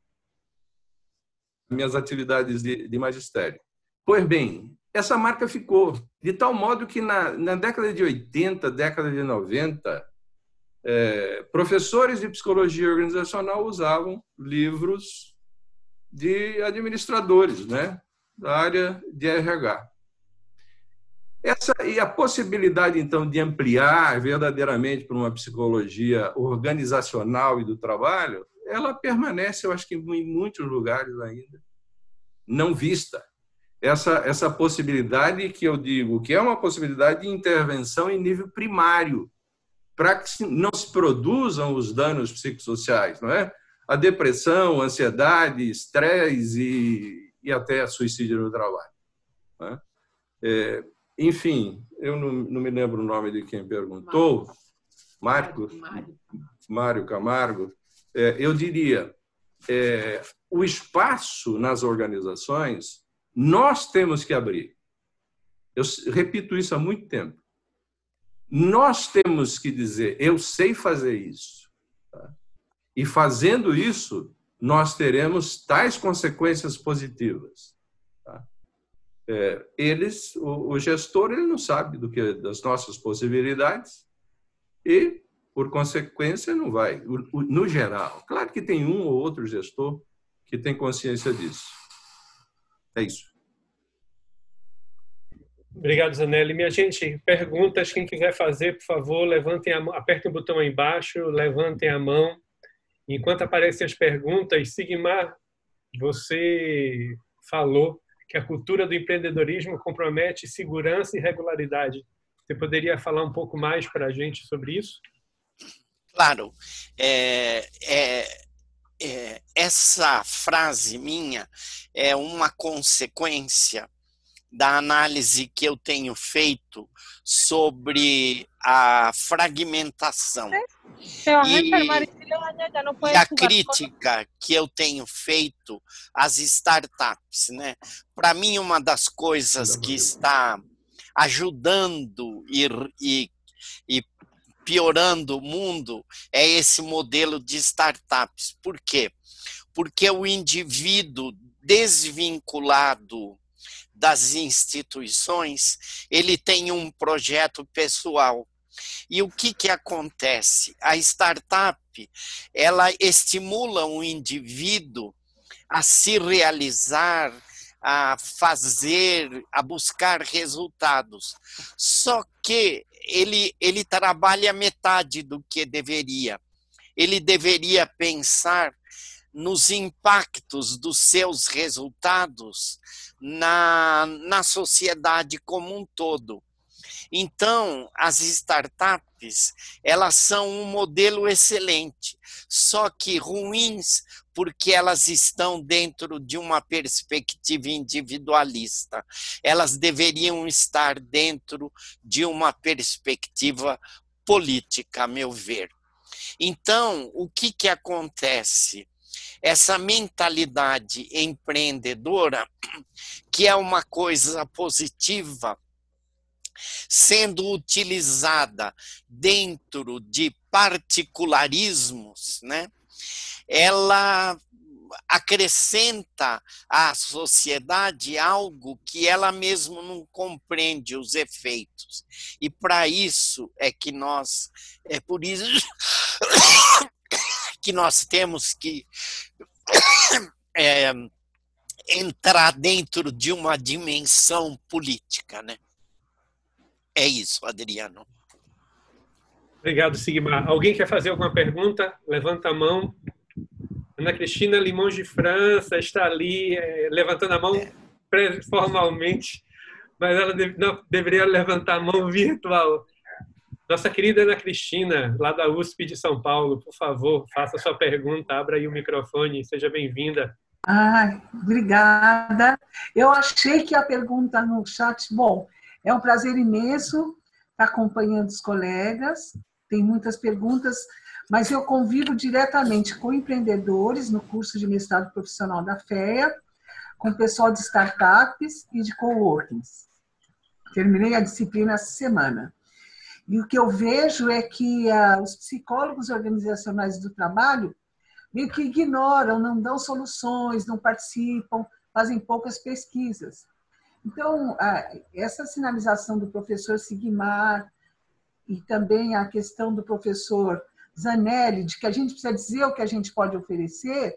Speaker 2: minhas atividades de, de magistério. Pois bem, essa marca ficou, de tal modo que na, na década de oitenta, década de noventa, é, professores de psicologia organizacional usavam livros de administradores, né, da área de R H. Essa, e a possibilidade, então, de ampliar verdadeiramente para uma psicologia organizacional e do trabalho, ela permanece, eu acho que em muitos lugares ainda, não vista. Essa, essa possibilidade que eu digo, que é uma possibilidade de intervenção em nível primário, para que não se produzam os danos psicossociais, não é? A depressão, a ansiedade, estresse e, e até suicídio no trabalho. Não é? É, enfim, eu não, não me lembro o nome de quem perguntou, Marco, Mário, Mário Camargo. É, eu diria, é, o espaço nas organizações nós temos que abrir. Eu repito isso há muito tempo. nós temos que dizer, eu sei fazer isso. Tá? E fazendo isso, nós teremos tais consequências positivas. Tá? É, eles, o, o gestor, ele não sabe do que, das nossas possibilidades e, por consequência, não vai. O, o, no geral, claro que tem um ou outro gestor que tem consciência disso. É isso.
Speaker 1: Obrigado, Zanelli. Minha gente, perguntas, quem quiser fazer, por favor, levantem a mão, apertem o botão aí embaixo, levantem a mão. Enquanto aparecem as perguntas, Sigmar, você falou que a cultura do empreendedorismo compromete segurança e regularidade. Você poderia falar um pouco mais para a gente sobre isso?
Speaker 3: Claro. É, é, é, essa frase minha é uma consequência da análise que eu tenho feito sobre a fragmentação e, e a crítica que eu tenho feito às startups, né? Para mim, uma das coisas que está ajudando e, e, e piorando o mundo é esse modelo de startups. Por quê? Porque o indivíduo desvinculado das instituições, ele tem um projeto pessoal. E o que, que acontece? A startup, ela estimula o indivíduo a se realizar, a fazer, a buscar resultados. Só que ele, ele trabalha metade do que deveria. Ele deveria pensar nos impactos dos seus resultados na, na sociedade como um todo. Então, as startups, elas são um modelo excelente, só que ruins porque elas estão dentro de uma perspectiva individualista. Elas deveriam estar dentro de uma perspectiva política, a meu ver. Então, o que, que acontece? Essa mentalidade empreendedora, que é uma coisa positiva, sendo utilizada dentro de particularismos, né, ela acrescenta à sociedade algo que ela mesma não compreende os efeitos. E para isso é que nós, é por isso que nós temos que é, entrar dentro de uma dimensão política, né? É isso, Adriano.
Speaker 1: Obrigado, Sigmar. Alguém quer fazer alguma pergunta? Levanta a mão. Ana Cristina Limões de França está ali, é, levantando a mão é. formalmente, mas ela deve, não, deveria levantar a mão virtual. Nossa querida Ana Cristina, lá da U S P de São Paulo, por favor, faça a sua pergunta, abra aí o microfone, seja bem-vinda.
Speaker 4: Ah, obrigada. Eu achei que a pergunta no chat, bom, é um prazer imenso estar acompanhando os colegas, tem muitas perguntas, mas eu convivo diretamente com empreendedores no curso de mestrado profissional da F E A, com o pessoal de startups e de coworkings. Terminei a disciplina essa semana. E o que eu vejo é que ah, os psicólogos organizacionais do trabalho meio que ignoram, não dão soluções, não participam, fazem poucas pesquisas. Então, essa sinalização do professor Sigmar e também a questão do professor Zanelli, de que a gente precisa dizer o que a gente pode oferecer,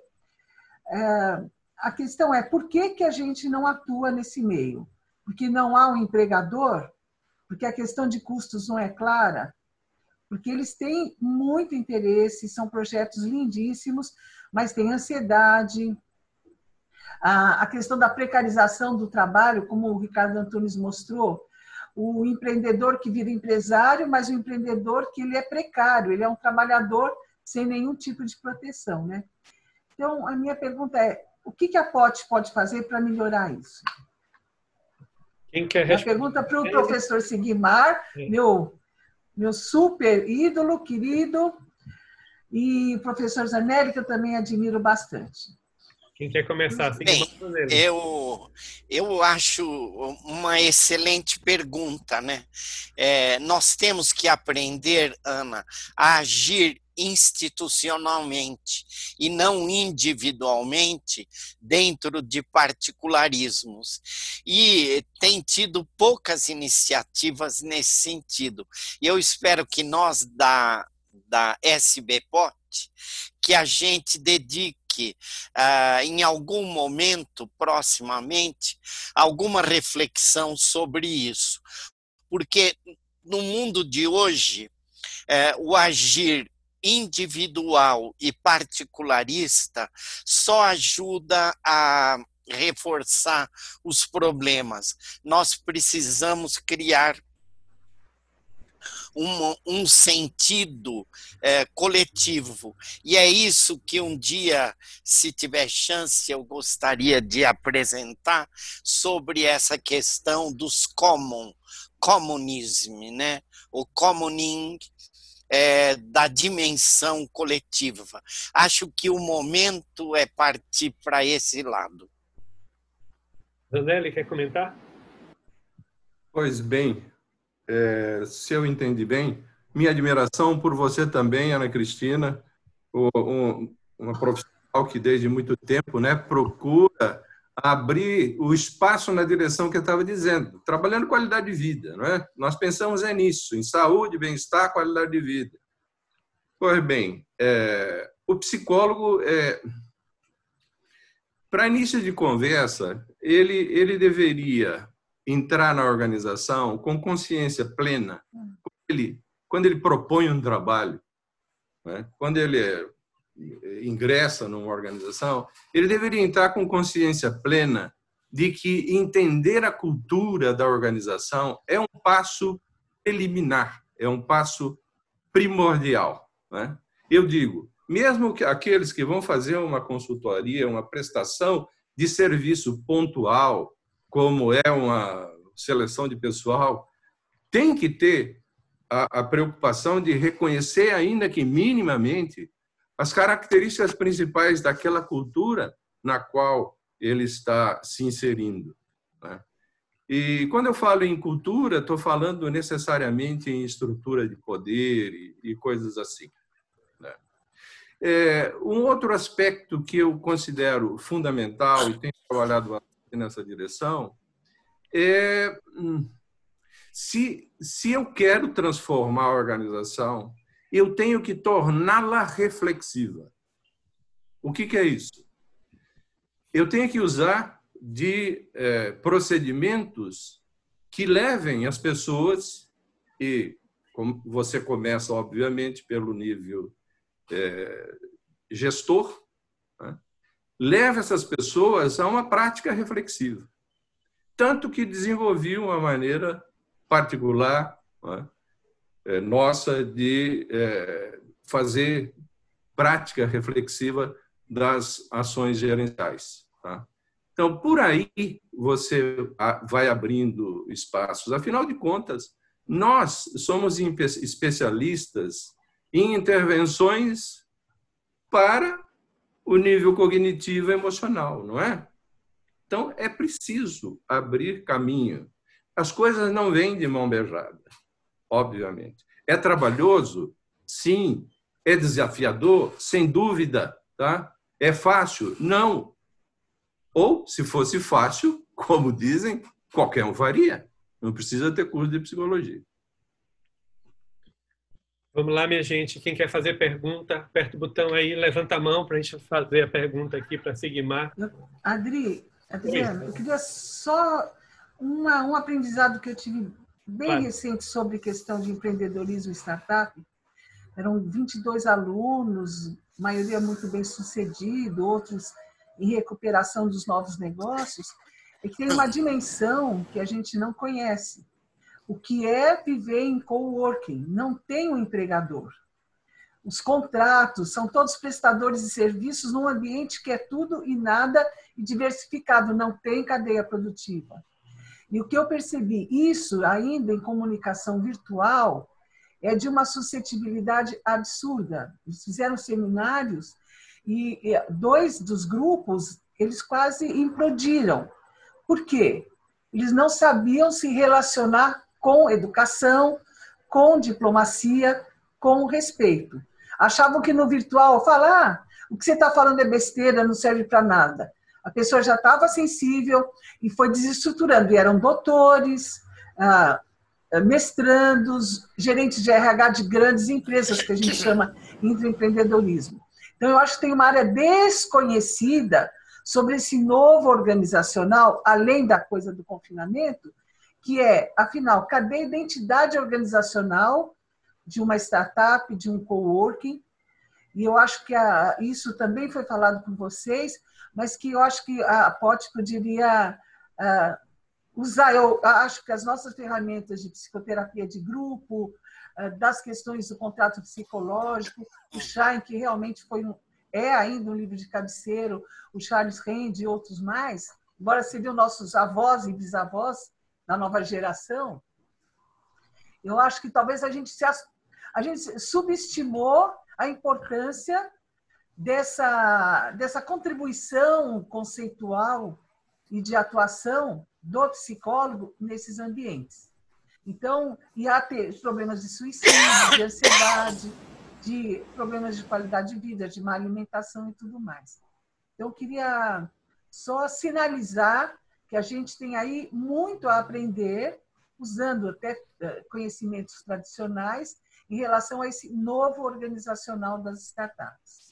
Speaker 4: a questão é por que, que a gente não atua nesse meio? Porque não há um empregador? Porque a questão de custos não é clara? Porque eles têm muito interesse, são projetos lindíssimos, mas tem ansiedade, a questão da precarização do trabalho, como o Ricardo Antunes mostrou, o empreendedor que vira empresário, mas o empreendedor que ele é precário, ele é um trabalhador sem nenhum tipo de proteção, né? Então, a minha pergunta é, o que a P O T pode fazer para melhorar isso?
Speaker 1: Quem quer
Speaker 4: responder? A pergunta para o professor Sigmar, meu, meu super ídolo, querido, e o professor Zanelli, que eu também admiro bastante.
Speaker 1: Quem quer começar?
Speaker 3: Bem, eu, eu acho uma excelente pergunta, né? É, nós temos que aprender, Ana, a agir institucionalmente e não individualmente dentro de particularismos. E tem tido poucas iniciativas nesse sentido. E eu espero que nós da, da S B P O T, que a gente dedique Uh, em algum momento, proximamente, alguma reflexão sobre isso. Porque no mundo de hoje, uh, o agir individual e particularista só ajuda a reforçar os problemas. Nós precisamos criar Um, um sentido é, coletivo. E é isso que um dia, se tiver chance, eu gostaria de apresentar sobre essa questão dos common, communism, né? O commoning é, da dimensão coletiva. Acho que o momento é partir para esse lado.
Speaker 1: Zanelli, quer comentar?
Speaker 2: Pois bem, É, se eu entendi bem, minha admiração por você também, Ana Cristina, um, uma profissional que desde muito tempo, né, procura abrir o espaço na direção que eu estava dizendo, trabalhando qualidade de vida, não é? Nós pensamos é nisso, em saúde, bem-estar, qualidade de vida. Pois bem, é, o psicólogo, é, para início de conversa, ele, ele deveria entrar na organização com consciência plena. Ele, quando ele propõe um trabalho, né, quando ele é, ingressa numa organização, ele deveria entrar com consciência plena de que entender a cultura da organização é um passo preliminar, é um passo primordial, né? Eu digo, mesmo que aqueles que vão fazer uma consultoria, uma prestação de serviço pontual, como é uma seleção de pessoal, tem que ter a, a preocupação de reconhecer, ainda que minimamente, as características principais daquela cultura na qual ele está se inserindo, né? E quando eu falo em cultura, estou falando necessariamente em estrutura de poder e, e coisas assim, né? É, um outro aspecto que eu considero fundamental e tenho trabalhado nessa direção é, se, se eu quero transformar a organização, eu tenho que torná-la reflexiva. O que, que é isso? Eu tenho que usar de é, procedimentos que levem as pessoas, e como você começa, obviamente, pelo nível é, gestor, né? Leva essas pessoas a uma prática reflexiva. Tanto que desenvolvi uma maneira particular, né, é, nossa de é, fazer prática reflexiva das ações gerenciais, tá? Então, por aí você vai abrindo espaços. Afinal de contas, nós somos especialistas em intervenções para o nível cognitivo e emocional, não é? Então, é preciso abrir caminho. As coisas não vêm de mão beijada, obviamente. É trabalhoso? Sim. É desafiador? Sem dúvida, tá? É fácil? Não. Ou, se fosse fácil, como dizem, qualquer um faria. Não precisa ter curso de psicologia.
Speaker 1: Vamos lá, minha gente. Quem quer fazer pergunta, aperta o botão aí, levanta a mão para a gente fazer a pergunta aqui para Sigmar.
Speaker 4: Adri, Adriano, eu queria só uma, um aprendizado que eu tive bem claro. recente sobre questão de empreendedorismo e startup. Eram vinte e dois alunos, maioria muito bem sucedido, outros em recuperação dos novos negócios, é que tem uma dimensão que a gente não conhece. O que é viver em coworking? Não tem um empregador. Os contratos são todos prestadores de serviços num ambiente que é tudo e nada e diversificado, não tem cadeia produtiva. E o que eu percebi, isso ainda em comunicação virtual, é de uma suscetibilidade absurda. Eles fizeram seminários e dois dos grupos eles quase implodiram. Por quê? Eles não sabiam se relacionar com educação, com diplomacia, com respeito. Achavam que no virtual, falar, ah, o que você está falando é besteira, não serve para nada. A pessoa já estava sensível e foi desestruturando. E eram doutores, ah, mestrandos, gerentes de R H de grandes empresas, que a gente chama de intraempreendedorismo. Então, eu acho que tem uma área desconhecida sobre esse novo organizacional, além da coisa do confinamento, que é, afinal, cadê a identidade organizacional de uma startup, de um coworking? E eu acho que a, isso também foi falado com vocês, mas que eu acho que a P O T poderia uh, usar. Eu acho que as nossas ferramentas de psicoterapia de grupo, uh, das questões do contrato psicológico, o Schein, que realmente foi um, é ainda um livro de cabeceiro, o Charles Rand e outros mais, embora seriam nossos avós e bisavós da nova geração, eu acho que talvez a gente, se, a gente subestimou a importância dessa, dessa contribuição conceitual e de atuação do psicólogo nesses ambientes. Então, ia ter problemas de suicídio, de ansiedade, de problemas de qualidade de vida, de má alimentação e tudo mais. Então, eu queria só sinalizar que a gente tem aí muito a aprender, usando até conhecimentos tradicionais, em relação a esse novo organizacional das startups.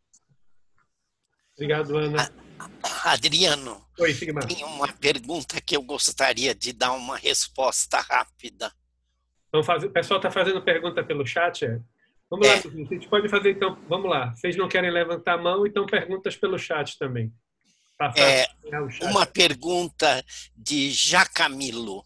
Speaker 1: Obrigado, Ana.
Speaker 3: Adriano,
Speaker 1: Oi, Sigmar.
Speaker 3: tem uma pergunta que eu gostaria de dar uma resposta rápida.
Speaker 1: Vamos fazer, o pessoal está fazendo pergunta pelo chat? É? Vamos lá,
Speaker 3: É.
Speaker 1: a gente pode fazer então, vamos lá. Vocês não querem levantar a mão, então perguntas pelo chat também. Tá
Speaker 3: É,
Speaker 1: o chat.
Speaker 3: uma pergunta de Jacamilo.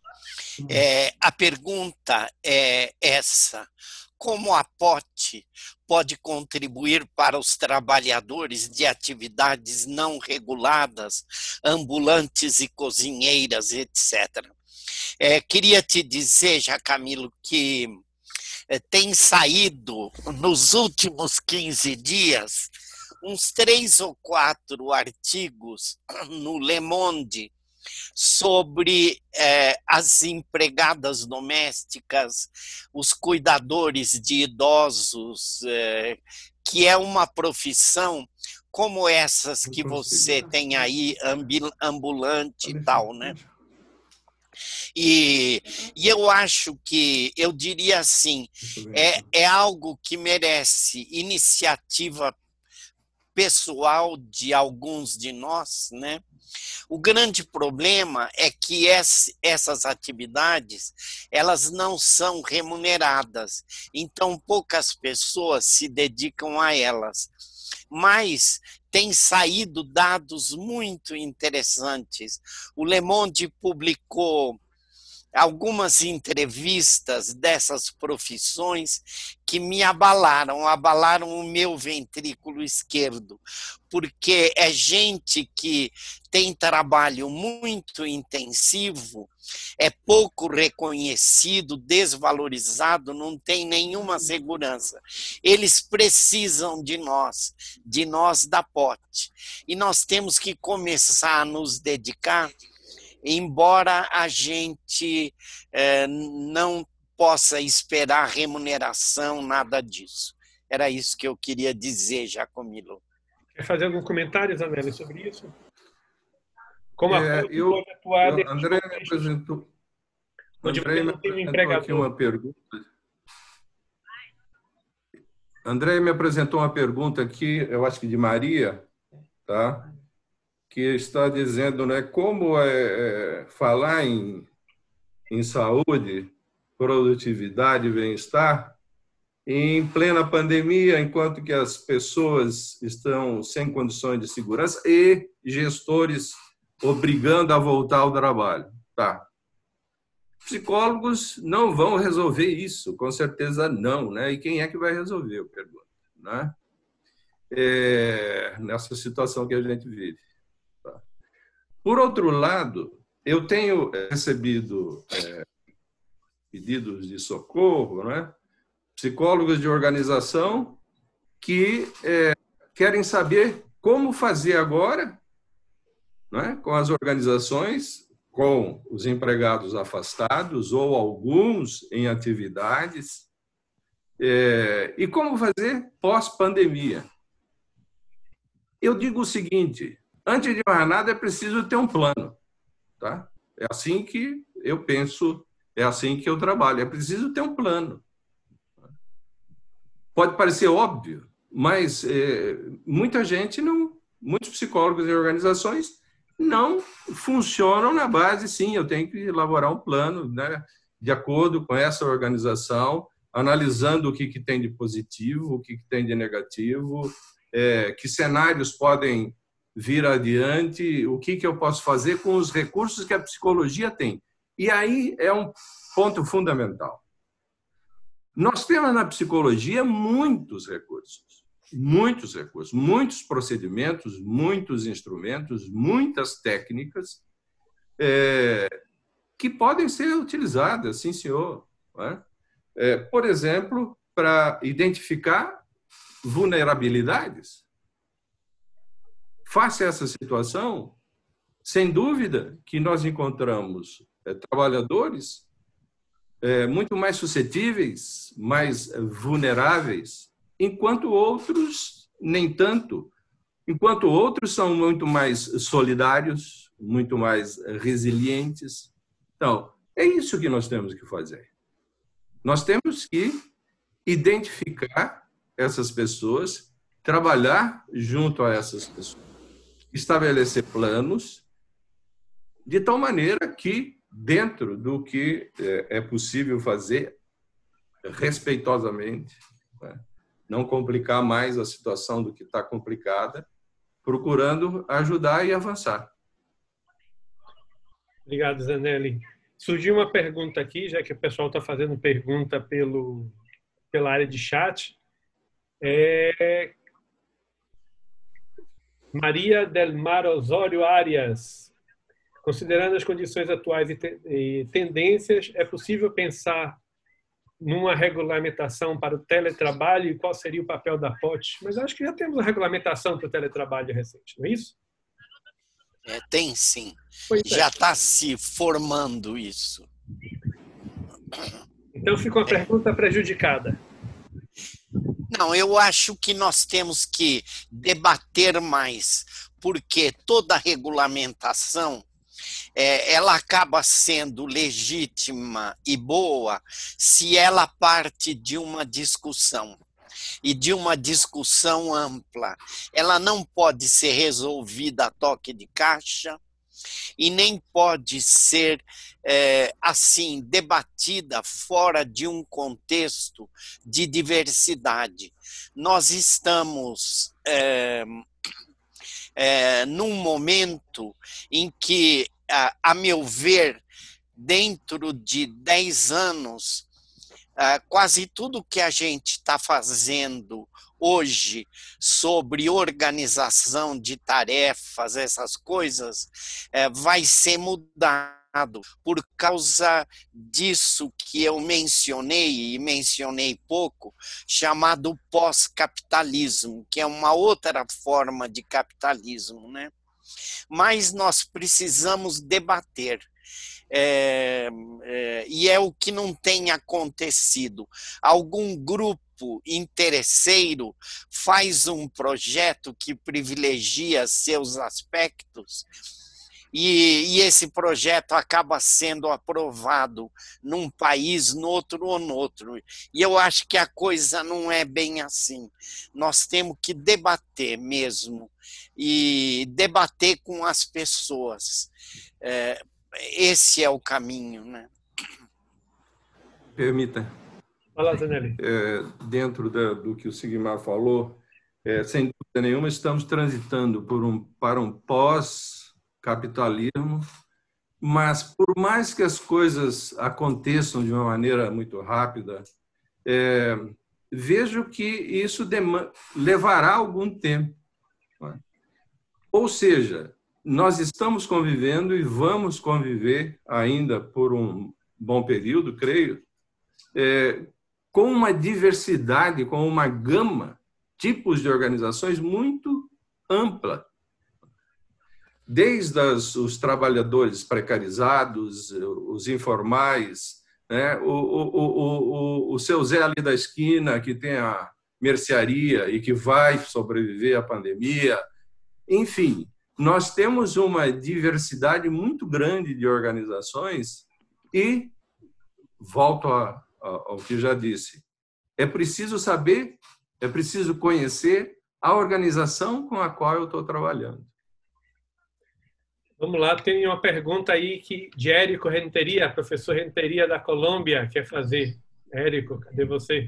Speaker 3: É, a pergunta é essa: como a P O T pode contribuir para os trabalhadores de atividades não reguladas, ambulantes e cozinheiras, etcétera? É, queria te dizer, Jacamilo, que é, tem saído nos últimos quinze dias uns três ou quatro artigos no Le Monde sobre eh, as empregadas domésticas, os cuidadores de idosos, eh, que é uma profissão como essas que você tem aí, ambulante e tal, né? E, e eu acho que, eu diria assim, é, é algo que merece iniciativa pessoal de alguns de nós, né? O grande problema é que essas atividades, elas não são remuneradas, então poucas pessoas se dedicam a elas. Mas tem saído dados muito interessantes. O Le Monde publicou algumas entrevistas dessas profissões que me abalaram, abalaram o meu ventrículo esquerdo, porque é gente que tem trabalho muito intensivo, é pouco reconhecido, desvalorizado, não tem nenhuma segurança. Eles precisam de nós, de nós da P O T. E nós temos que começar a nos dedicar, embora a gente eh, não possa esperar remuneração, nada disso. Era isso que eu queria dizer, Jacomilo.
Speaker 1: Quer fazer algum comentário, Zanelli, sobre isso? Como
Speaker 2: é,
Speaker 1: a
Speaker 2: eu,
Speaker 1: pode atuar
Speaker 2: eu, André me apresentou,
Speaker 1: onde
Speaker 2: André
Speaker 1: você
Speaker 2: me
Speaker 1: não tem um
Speaker 2: apresentou
Speaker 1: empregador.
Speaker 2: aqui uma pergunta. André me apresentou uma pergunta aqui, eu acho que de Maria, tá? Que está dizendo, né, como é, é, falar em, em saúde, produtividade e bem-estar em plena pandemia, enquanto que as pessoas estão sem condições de segurança e gestores obrigando a voltar ao trabalho. Tá. Psicólogos não vão resolver isso, com certeza não, né? E quem é que vai resolver, eu pergunto, né? É, nessa situação que a gente vive. Por outro lado, eu tenho recebido é, pedidos de socorro, né? Psicólogos de organização que é, querem saber como fazer agora não é? Com as organizações, com os empregados afastados ou alguns em atividades. É, e como fazer pós-pandemia? Eu digo o seguinte, antes de mais nada é preciso ter um plano. Tá? É assim que eu penso, é assim que eu trabalho. É preciso ter um plano. Pode parecer óbvio, mas é, muita gente não, muitos psicólogos e organizações não funcionam na base, sim, eu tenho que elaborar um plano, né, de acordo com essa organização, analisando o que, que tem de positivo, o que, que tem de negativo, é, que cenários podem vir adiante, o que, que eu posso fazer com os recursos que a psicologia tem. E aí é um ponto fundamental. Nós temos na psicologia muitos recursos, muitos recursos, muitos procedimentos, muitos instrumentos, muitas técnicas é, que podem ser utilizadas, sim, senhor. Não é? É, por exemplo, para identificar vulnerabilidades. Face a essa situação, sem dúvida que nós encontramos é, trabalhadores é, muito mais suscetíveis, mais vulneráveis, enquanto outros nem tanto, enquanto outros são muito mais solidários, muito mais resilientes. Então, é isso que nós temos que fazer. Nós temos que identificar essas pessoas, trabalhar junto a essas pessoas, estabelecer planos de tal maneira que, dentro do que é possível fazer, respeitosamente, né? Não complicar mais a situação do que está complicada, procurando ajudar e avançar.
Speaker 1: Obrigado, Zanelli. Surgiu uma pergunta aqui, já que o pessoal está fazendo pergunta pelo, pela área de chat. É... Maria Del Mar Osório Arias. Considerando as condições atuais e, te, e tendências, é possível pensar numa regulamentação para o teletrabalho e qual seria o papel da P O T? Mas acho que já temos a regulamentação para o teletrabalho recente, não é isso?
Speaker 3: É, tem sim.
Speaker 1: Pois
Speaker 3: já
Speaker 1: é.
Speaker 3: está se formando isso.
Speaker 1: Então fica uma pergunta prejudicada.
Speaker 3: Não, eu acho que nós temos que debater mais, porque toda regulamentação É, ela acaba sendo legítima e boa se ela parte de uma discussão, e de uma discussão ampla. Ela não pode ser resolvida a toque de caixa e nem pode ser é, assim debatida fora de um contexto de diversidade. Nós estamos é, é, num momento em que, a, a meu ver, dentro de dez anos, quase tudo que a gente está fazendo hoje sobre organização de tarefas, essas coisas, vai ser mudado por causa disso que eu mencionei, e mencionei pouco, chamado pós-capitalismo, que é uma outra forma de capitalismo, né? Mas nós precisamos debater. É, é, e é o que não tem acontecido. Algum grupo interesseiro faz um projeto que privilegia seus aspectos e, e esse projeto acaba sendo aprovado num país, no outro ou no outro. E eu acho que a coisa não é bem assim. Nós temos que debater mesmo e debater com as pessoas. É, Esse é o caminho, né?
Speaker 2: Permita.
Speaker 1: Fala, Zanelli.
Speaker 2: É, dentro da, do que o Sigmar falou, é, sem dúvida nenhuma, estamos transitando por um, para um pós-capitalismo, mas por mais que as coisas aconteçam de uma maneira muito rápida, é, vejo que isso demanda, levará algum tempo. Né? Ou seja, nós estamos convivendo e vamos conviver ainda por um bom período, creio, é, com uma diversidade, com uma gama, tipos de organizações muito ampla. desde as, os trabalhadores precarizados, os informais, né? o, o, o, o, o seu Zé ali da esquina, que tem a mercearia e que vai sobreviver à pandemia. Enfim, nós temos uma diversidade muito grande de organizações e, volto a, a, ao que já disse, é preciso saber, é preciso conhecer a organização com a qual eu estou trabalhando.
Speaker 1: Vamos lá, tem uma pergunta aí que de Érico Renteria, professor Renteria da Colômbia, quer fazer. Érico, cadê você?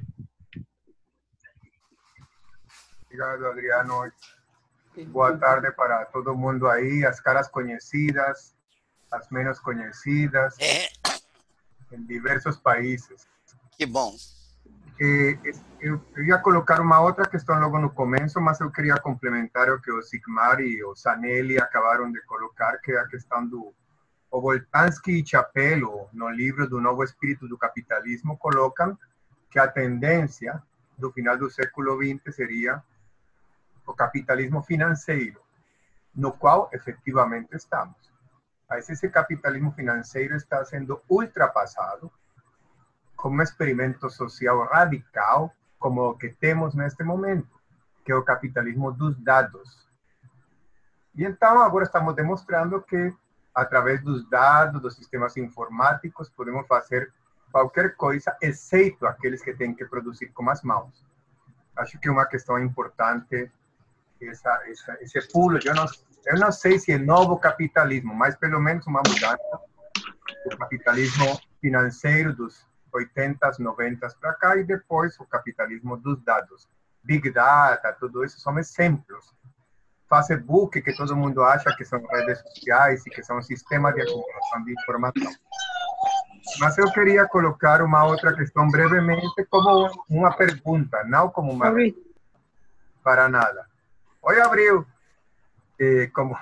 Speaker 5: Obrigado, Adriano. Boa tarde para todo mundo aí, as caras conhecidas, as menos conhecidas,
Speaker 3: É,
Speaker 5: em diversos países.
Speaker 3: que bom.
Speaker 5: Eh, eu, eu ia colocar uma outra questão logo no começo, mas eu queria complementar o que o Sigmar e o Zanelli acabaram de colocar, que é a questão do o Boltanski e Chapello, no livro do Novo Espírito do Capitalismo, colocam que a tendência do final do século vinte seria o capitalismo financeiro, no qual efetivamente estamos. Mas esse capitalismo financeiro está sendo ultrapassado como um experimento social radical, como o que temos neste momento, que é o capitalismo dos dados. E então agora estamos demonstrando que, através dos dados, dos sistemas informáticos, podemos fazer qualquer coisa, exceto aqueles que têm que produzir com as mãos. Acho que é uma questão importante essa, essa, esse pulo. Eu não, eu não sei se é novo capitalismo, mas pelo menos uma mudança do capitalismo financeiro dos oitentas, noventas para cá, e depois o capitalismo dos dados. Big Data, tudo isso são exemplos. Facebook, que todo mundo acha que são redes sociais e que são sistemas de acumulação de informação. Mas eu queria colocar uma outra questão brevemente como uma pergunta, não como uma resposta. Para nada. Oi, Abril. Eh, como...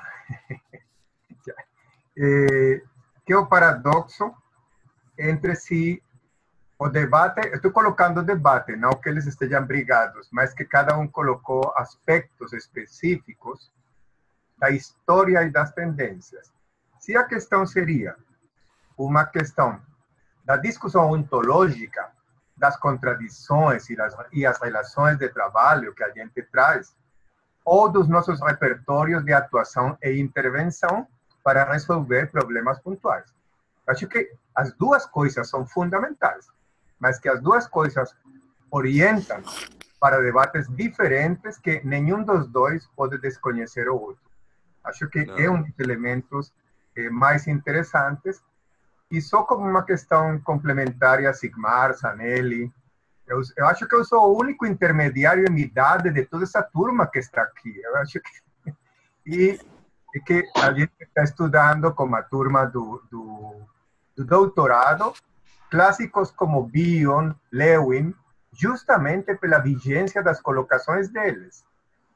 Speaker 5: eh, que é o paradoxo entre si o debate, estou colocando debate, não que eles estejam brigados, mas que cada um colocou aspectos específicos da história e das tendências. Se a questão seria uma questão da discussão ontológica, das contradições e, das, e as relações de trabalho que a gente traz, ou dos nossos repertórios de atuação e intervenção para resolver problemas pontuais. Acho que as duas coisas são fundamentais, mas que as duas coisas orientam para debates diferentes que nenhum dos dois pode desconhecer o outro. Acho que Não. é um dos elementos eh, mais interessantes. E só como uma questão complementar a Sigmar, Zanelli, eu, eu acho que eu sou o único intermediário em idade de toda essa turma que está aqui. Eu acho que... E, e que a gente está estudando com a turma do, do, do doutorado, clássicos como Bion, Lewin, justamente pela vigência das colocações deles,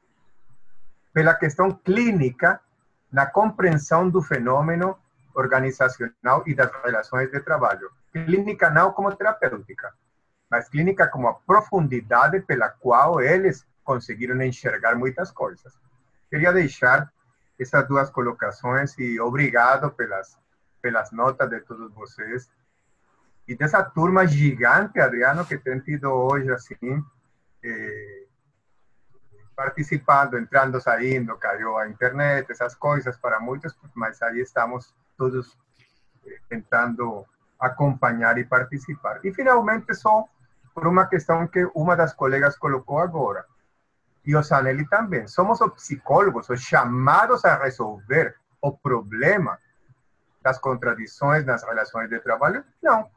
Speaker 5: pela questão clínica na compreensão do fenômeno organizacional e das relações de trabalho. Clínica não como terapêutica, mas clínica como a profundidade pela qual eles conseguiram enxergar muitas coisas. Queria deixar essas duas colocações e obrigado pelas, pelas notas de todos vocês. E dessa turma gigante, Adriano, que tem tido hoje, assim, eh, participando, entrando, saindo, caiu a internet, essas coisas para muitos, mas aí estamos todos eh, tentando acompanhar e participar. E, finalmente, só por uma questão que uma das colegas colocou agora, e o Zanelli também, somos os psicólogos, os chamados a resolver o problema das contradições nas relações de trabalho? Não.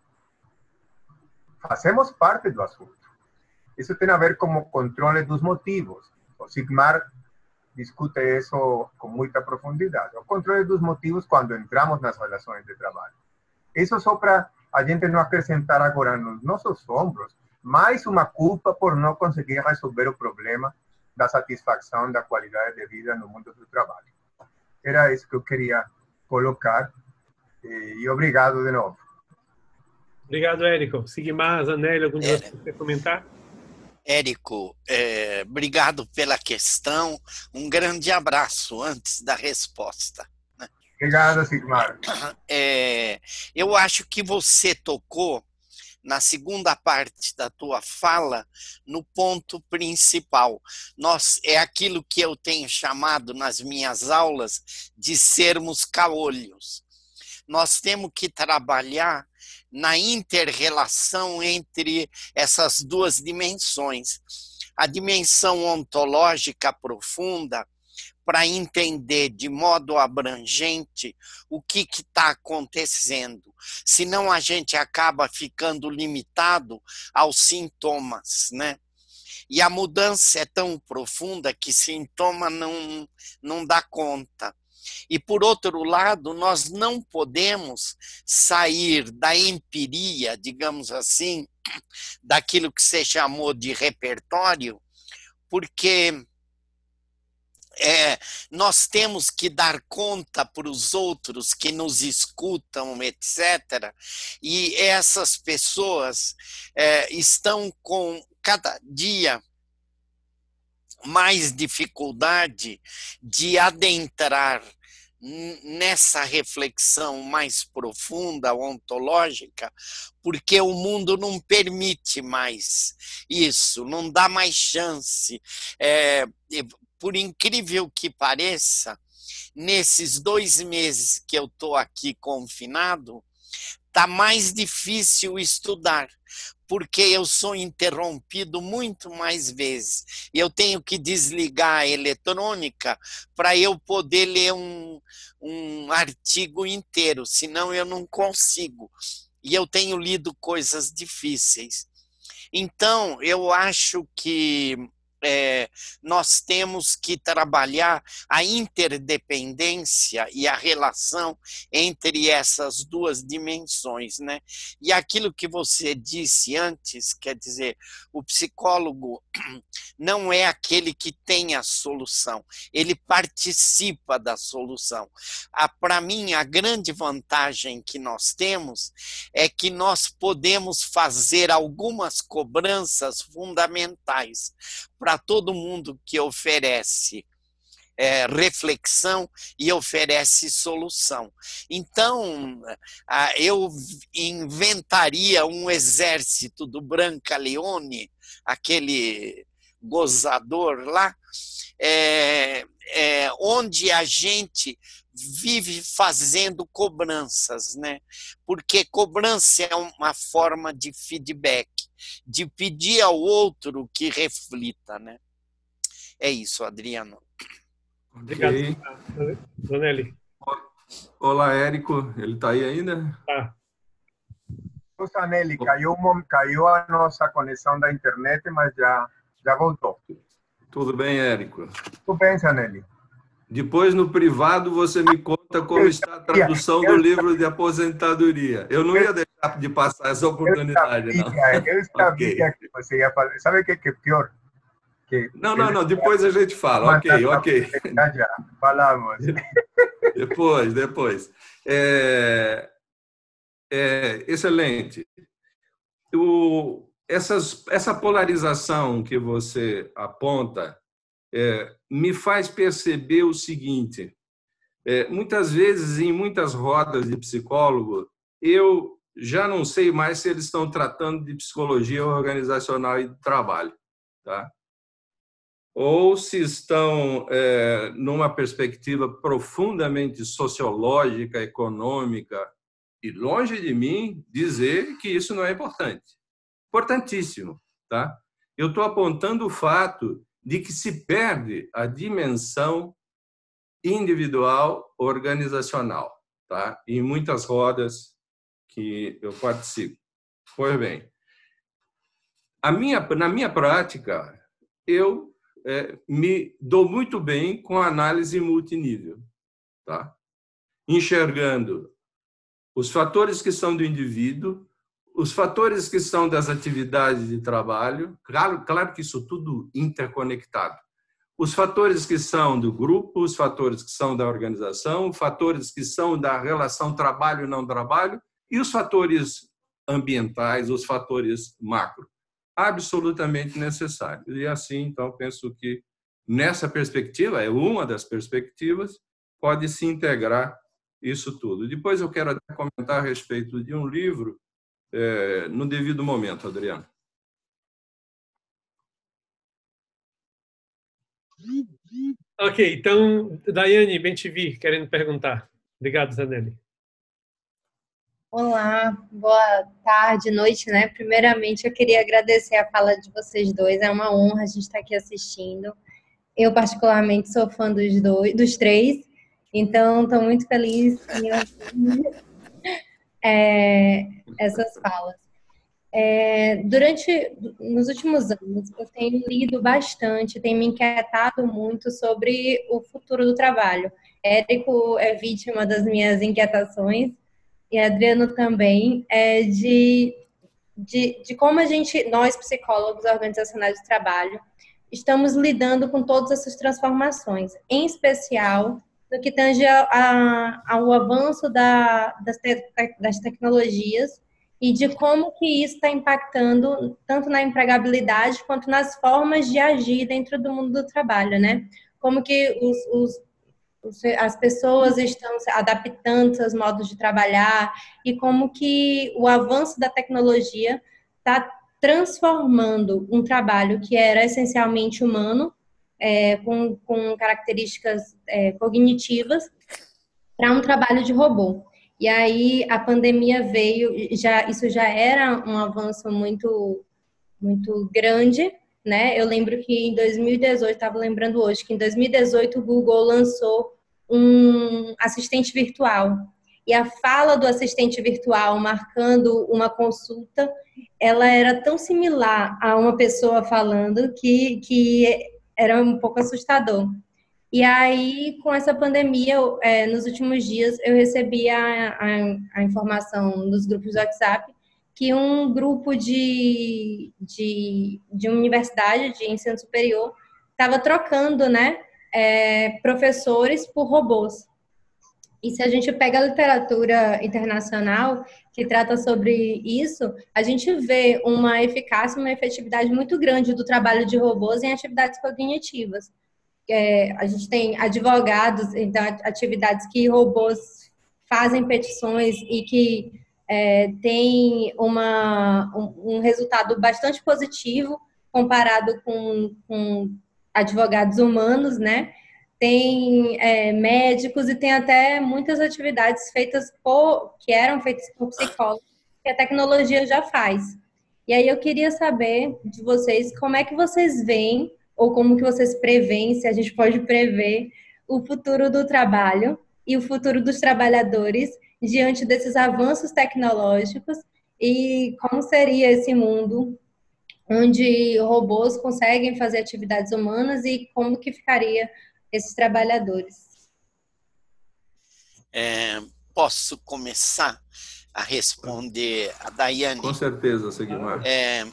Speaker 5: Fazemos parte do assunto. Isso tem a ver com o controle dos motivos. O Sigmar discute isso com muita profundidade. O controle dos motivos quando entramos nas relações de trabalho. Isso só para a gente não acrescentar agora nos nossos ombros mais uma culpa por não conseguir resolver o problema da satisfação da qualidade de vida no mundo do trabalho. Era isso que eu queria colocar. E obrigado de novo.
Speaker 1: Obrigado, Érico. Sigmar, Zanelli, algum de vocês quer comentar?
Speaker 3: Érico, é, obrigado pela questão. Um grande abraço antes da resposta.
Speaker 5: Obrigado, Sigmar.
Speaker 3: É, eu acho que você tocou na segunda parte da tua fala no ponto principal. Nós, é aquilo que eu tenho chamado nas minhas aulas de sermos caolhos. Nós temos que trabalhar na inter-relação entre essas duas dimensões. A dimensão ontológica profunda, para entender de modo abrangente o que está acontecendo. Senão a gente acaba ficando limitado aos sintomas, né? E a mudança é tão profunda que sintoma não, não dá conta. E, por outro lado, nós não podemos sair da empiria, digamos assim, daquilo que você chamou de repertório, porque é, nós temos que dar conta para os outros que nos escutam, etcétera. E essas pessoas é, estão com cada dia mais dificuldade de adentrar nessa reflexão mais profunda, ontológica, porque o mundo não permite mais isso, não dá mais chance. É, por incrível que pareça, nesses dois meses que eu estou aqui confinado, está mais difícil estudar, porque eu sou interrompido muito mais vezes. E eu tenho que desligar a eletrônica para eu poder ler um, um artigo inteiro, senão eu não consigo. E eu tenho lido coisas difíceis. Então, eu acho que É, nós temos que trabalhar a interdependência e a relação entre essas duas dimensões, né? E aquilo que você disse antes, quer dizer, o psicólogo não é aquele que tem a solução, ele participa da solução. Para mim, a grande vantagem que nós temos é que nós podemos fazer algumas cobranças fundamentais para todo mundo que oferece é, reflexão e oferece solução. Então, eu inventaria um exército do Brancaleone, aquele gozador lá, é, é, onde a gente vive fazendo cobranças, né? Porque cobrança é uma forma de feedback, de pedir ao outro que reflita, né? É isso, Adriano.
Speaker 1: Obrigado,
Speaker 2: Okay.
Speaker 1: Donelli.
Speaker 2: Olá, Érico. Ele está aí ainda?
Speaker 1: Tá.
Speaker 5: Nelly, caiu, caiu a nossa conexão da internet, mas já, já voltou.
Speaker 2: Tudo bem, Érico?
Speaker 5: Tudo bem, Sanelli.
Speaker 2: Depois, no privado, você me conta como está a tradução do livro de aposentadoria. Eu não ia deixar de passar essa oportunidade,
Speaker 5: eu sabia, não. Eu sabia okay. que você ia falar. Sabe o que é pior? Que
Speaker 2: não, não, não. Depois a gente fala. Ok, ok.
Speaker 5: Já, falamos.
Speaker 2: Depois, depois. É, é, excelente. O, essas, essa polarização que você aponta é, me faz perceber o seguinte. É, muitas vezes, em muitas rodas de psicólogo, eu já não sei mais se eles estão tratando de psicologia organizacional e de trabalho, tá? Ou se estão é, numa perspectiva profundamente sociológica, econômica, e longe de mim dizer que isso não é importante. Importantíssimo, tá? Eu estou apontando o fato de que se perde a dimensão individual organizacional, tá? Em muitas rodas que eu participo. Pois bem, a minha, na minha prática, eu é, me dou muito bem com a análise multinível, tá? Enxergando os fatores que são do indivíduo, os fatores que são das atividades de trabalho, claro, claro que isso tudo interconectado. Os fatores que são do grupo, os fatores que são da organização, os fatores que são da relação trabalho e não trabalho, e os fatores ambientais, os fatores macro. absolutamente necessários. E assim, então, penso que nessa perspectiva, é uma das perspectivas, pode se integrar isso tudo. Depois eu quero até comentar a respeito de um livro, é, no devido momento, Adriano.
Speaker 1: Ok, então, Daiane Bem-te-vi, querendo perguntar. Obrigado, Zanelli.
Speaker 6: Olá, boa tarde, noite, né? Primeiramente, eu queria agradecer a fala de vocês dois, é uma honra a gente estar aqui assistindo. Eu, particularmente, sou fã dos dois, dos três, então estou muito feliz em ouvir é, essas falas. É, durante, nos últimos anos, eu tenho lido bastante, tenho me inquietado muito sobre o futuro do trabalho. Érico é vítima das minhas inquietações, e Adriano também, é de, de, de como a gente, nós psicólogos organizacionais de trabalho, estamos lidando com todas essas transformações, em especial no que tange a, a, ao avanço da, das, te, das tecnologias e de como que isso está impactando tanto na empregabilidade quanto nas formas de agir dentro do mundo do trabalho, né? Como que os, os as pessoas estão se adaptando seus modos de trabalhar e como que o avanço da tecnologia está transformando um trabalho que era essencialmente humano, é, com, com características é, cognitivas, para um trabalho de robô. E aí a pandemia veio, já, isso já era um avanço muito, muito grande, né? Eu lembro que em dois mil e dezoito, estava lembrando hoje, que em dois mil e dezoito o Google lançou um assistente virtual. E a fala do assistente virtual marcando uma consulta, ela era tão similar a uma pessoa falando que, que era um pouco assustador. E aí, com essa pandemia, é, nos últimos dias, eu recebi a, a, a informação nos grupos do WhatsApp que um grupo de, de, de uma universidade de ensino superior estava trocando, né, é, professores por robôs. E se a gente pega a literatura internacional que trata sobre isso, a gente vê uma eficácia, uma efetividade muito grande do trabalho de robôs em atividades cognitivas. É, a gente tem advogados, então, atividades que robôs fazem petições e que é, tem uma, um, um resultado bastante positivo comparado com, com advogados humanos, né? Tem é, médicos e tem até muitas atividades feitas por, que eram feitas por psicólogos, que a tecnologia já faz. E aí eu queria saber de vocês como é que vocês veem ou como que vocês preveem, se a gente pode prever, o futuro do trabalho e o futuro dos trabalhadores diante desses avanços tecnológicos e como seria esse mundo onde robôs conseguem fazer atividades humanas e como que ficaria esses trabalhadores.
Speaker 3: É, posso começar a responder a Daiane?
Speaker 2: Com certeza, Seguimar.
Speaker 3: É,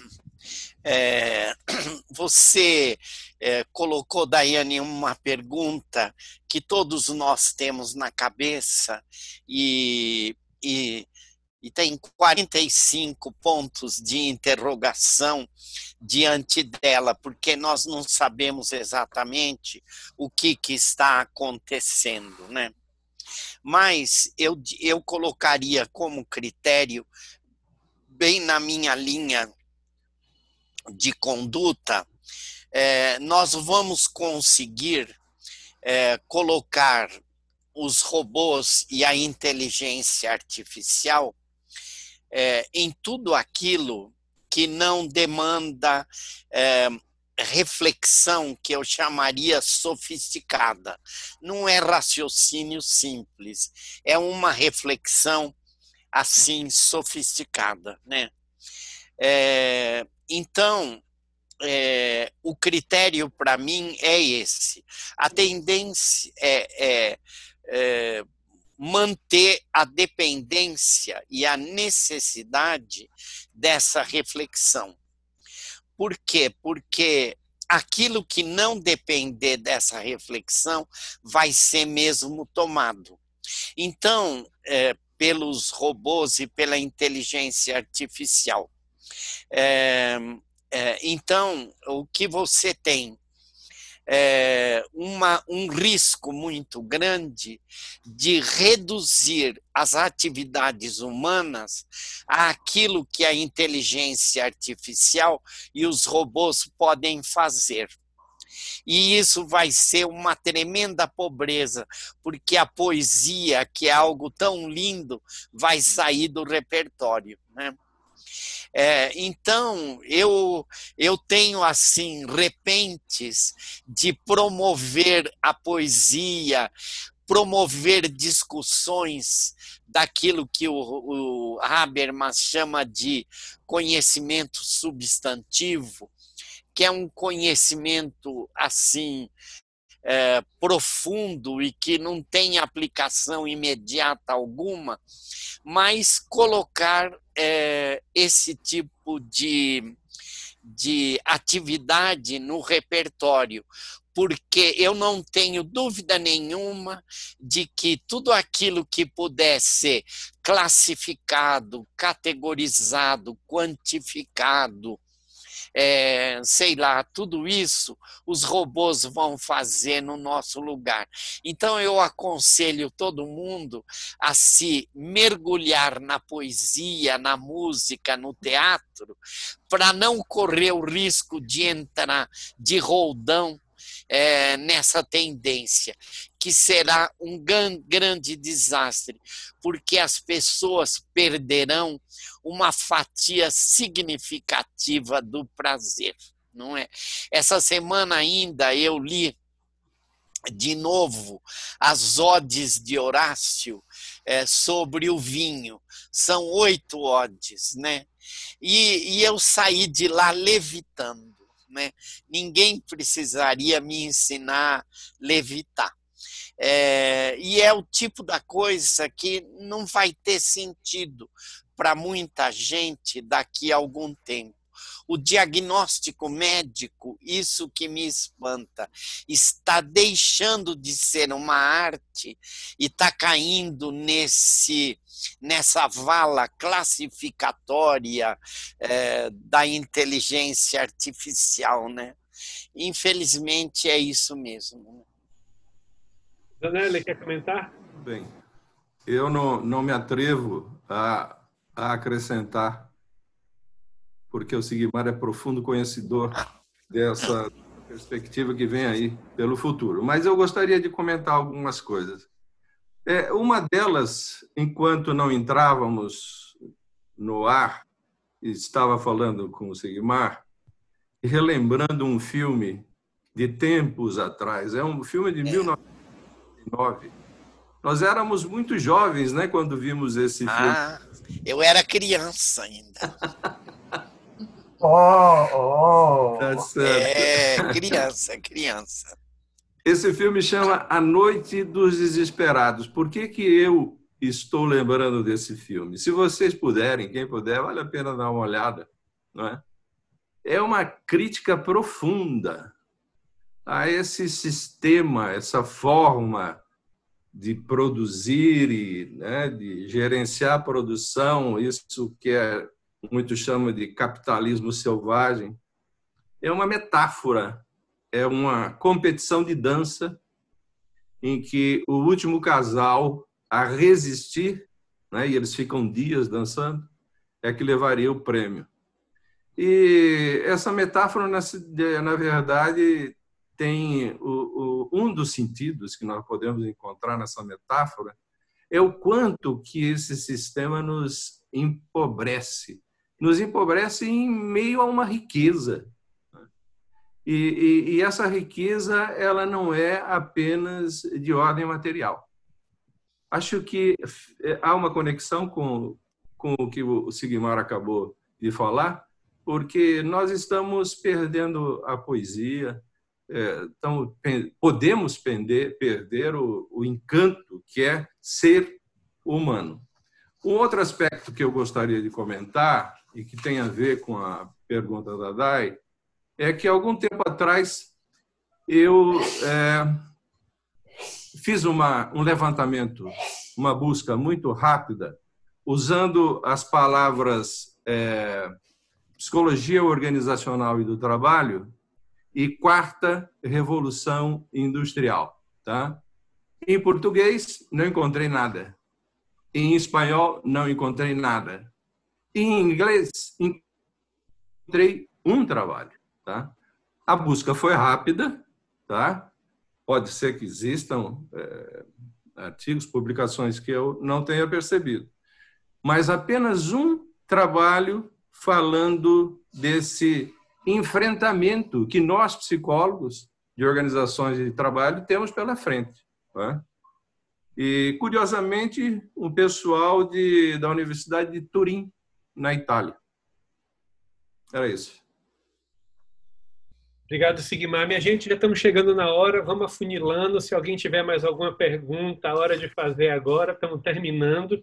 Speaker 3: É, você é, colocou, Daiane, uma pergunta que todos nós temos na cabeça e, e, e tem quarenta e cinco pontos de interrogação diante dela, porque nós não sabemos exatamente o que, que está acontecendo, né? Mas eu, eu colocaria como critério, bem na minha linha de conduta, é, nós vamos conseguir é, colocar os robôs e a inteligência artificial é, em tudo aquilo que não demanda é, reflexão, que eu chamaria sofisticada. Não é raciocínio simples, é uma reflexão assim sofisticada, né? É, então, é, o critério para mim é esse. A tendência é, é, é manter a dependência e a necessidade dessa reflexão. Por quê? Porque aquilo que não depender dessa reflexão vai ser mesmo tomado. Então, é, pelos robôs e pela inteligência artificial. É, é, então, o que você tem é uma, um risco muito grande de reduzir as atividades humanas àquilo que a inteligência artificial e os robôs podem fazer. E isso vai ser uma tremenda pobreza, porque a poesia, que é algo tão lindo, vai sair do repertório, né? É, então, eu, eu tenho, assim, repentes de promover a poesia, promover discussões daquilo que o, o Habermas chama de conhecimento substantivo, que é um conhecimento, assim, é, profundo e que não tem aplicação imediata alguma, mas colocar é, esse tipo de, de atividade no repertório, porque eu não tenho dúvida nenhuma de que tudo aquilo que puder ser classificado, categorizado, quantificado, É, sei lá, tudo isso os robôs vão fazer no nosso lugar. Então eu aconselho todo mundo a se mergulhar na poesia, na música, no teatro, para não correr o risco de entrar de roldão é, nessa tendência, que será um grande desastre, porque as pessoas perderão uma fatia significativa do prazer, não é? Essa semana ainda eu li de novo as odes de Horácio é, sobre o vinho. São oito odes, né? E, e eu saí de lá levitando, né? Ninguém precisaria me ensinar a levitar. É, e é o tipo da coisa que não vai ter sentido para muita gente daqui a algum tempo. O diagnóstico médico, isso que me espanta, está deixando de ser uma arte e está caindo nesse, nessa vala classificatória é, da inteligência artificial, né? Infelizmente é isso mesmo.
Speaker 1: Zanelli, quer comentar?
Speaker 2: Bem, eu não, não me atrevo a, a acrescentar, porque o Sigmar é profundo conhecedor dessa perspectiva que vem aí pelo futuro. Mas eu gostaria de comentar algumas coisas. É, uma delas, enquanto não entrávamos no ar, estava falando com o Sigmar, relembrando um filme de tempos atrás. É um filme de mil novecentos e nove. Nós éramos muito jovens, né, quando vimos esse filme.
Speaker 3: Ah, eu era criança ainda.
Speaker 5: Oh, oh.
Speaker 2: Tá certo.
Speaker 3: É, criança, criança.
Speaker 2: Esse filme chama A Noite dos Desesperados. Por que que eu estou lembrando desse filme? Se vocês puderem, quem puder, vale a pena dar uma olhada, não é? É uma crítica profunda a esse sistema, essa forma de produzir e, né, de gerenciar a produção, isso que é, muitos chamam de capitalismo selvagem. É uma metáfora, é uma competição de dança em que o último casal a resistir, né, e eles ficam dias dançando, é que levaria o prêmio. E essa metáfora, na verdade, tem o, o, um dos sentidos que nós podemos encontrar nessa metáfora é o quanto que esse sistema nos empobrece. Nos empobrece em meio a uma riqueza. E, e, e essa riqueza ela não é apenas de ordem material. Acho que há uma conexão com, com o que o Sigmar acabou de falar, porque nós estamos perdendo a poesia, é, então, podemos perder, perder o, o encanto que é ser humano. Um outro aspecto que eu gostaria de comentar, e que tem a ver com a pergunta da Dai, é que, algum tempo atrás, eu é, fiz uma, um levantamento, uma busca muito rápida, usando as palavras é, Psicologia Organizacional e do Trabalho, e Quarta Revolução Industrial. Tá? Em português, não encontrei nada. Em espanhol, não encontrei nada. Em inglês, encontrei um trabalho. Tá? A busca foi rápida. Tá? Pode ser que existam é, artigos, publicações que eu não tenha percebido. Mas apenas um trabalho falando desse enfrentamento que nós, psicólogos de organizações de trabalho, temos pela frente. Tá? E, curiosamente, um pessoal de, da Universidade de Turim, na Itália. Era isso.
Speaker 1: Obrigado, Sigmar. Minha gente, já estamos chegando na hora, vamos afunilando. Se alguém tiver mais alguma pergunta, a hora de fazer agora, estamos terminando.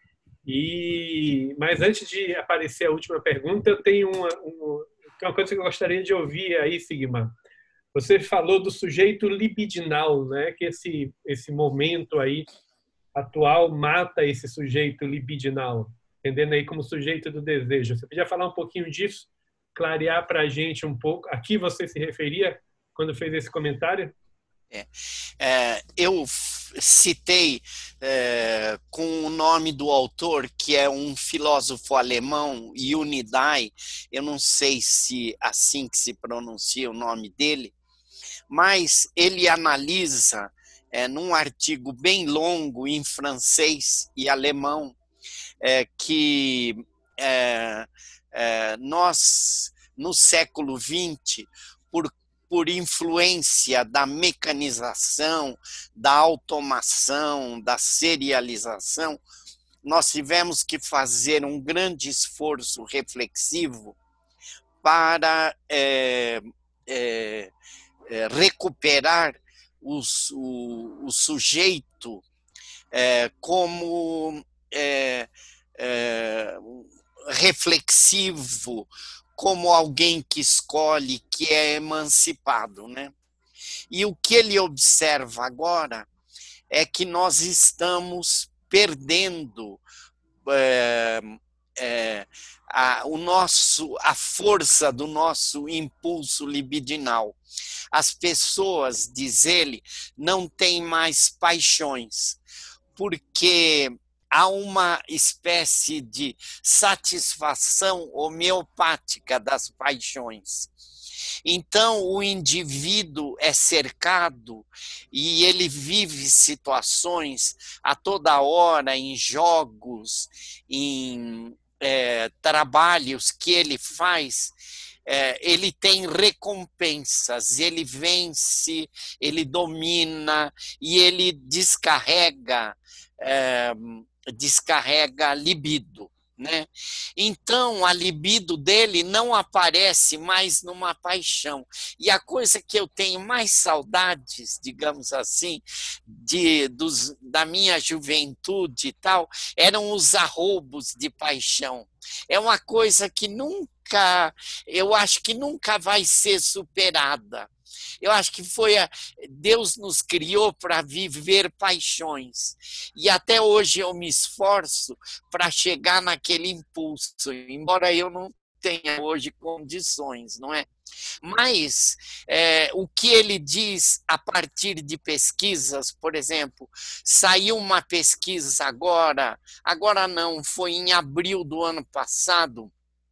Speaker 1: E, mas antes de aparecer a última pergunta, eu tenho uma, uma, uma coisa que eu gostaria de ouvir aí, Sigmar. Você falou do sujeito libidinal, né? Que esse, esse momento aí atual mata esse sujeito libidinal, entendendo aí como sujeito do desejo. Você podia falar um pouquinho disso? Clarear para a gente um pouco. A que você se referia quando fez esse comentário?
Speaker 3: É, é, eu citei é, com o nome do autor, que é um filósofo alemão, Juni Dai, eu não sei se assim que se pronuncia o nome dele, mas ele analisa, é, num artigo bem longo em francês e alemão, é, que é, é, nós, no século vinte, por por influência da mecanização, da automação, da serialização, nós tivemos que fazer um grande esforço reflexivo para é, é, é, recuperar os, o, o sujeito é, como é, é, reflexivo, como alguém que escolhe, que é emancipado, né? E o que ele observa agora é que nós estamos perdendo é, é, a, o nosso, a força do nosso impulso libidinal. As pessoas, diz ele, não têm mais paixões, porque há uma espécie de satisfação homeopática das paixões. Então, o indivíduo é cercado e ele vive situações a toda hora em jogos, em é, trabalhos que ele faz. É, ele tem recompensas, ele vence, ele domina e ele descarrega é, descarrega libido, né? Então, a libido dele não aparece mais numa paixão. E a coisa que eu tenho mais saudades, digamos assim, de, dos, da minha juventude e tal, eram os arroubos de paixão. É uma coisa que nunca, eu acho que nunca vai ser superada. Eu acho que foi a, Deus nos criou para viver paixões. E até hoje eu me esforço para chegar naquele impulso, embora eu não tenha hoje condições, não é? Mas é, o que ele diz a partir de pesquisas, por exemplo, saiu uma pesquisa agora, agora não, foi em abril do ano passado,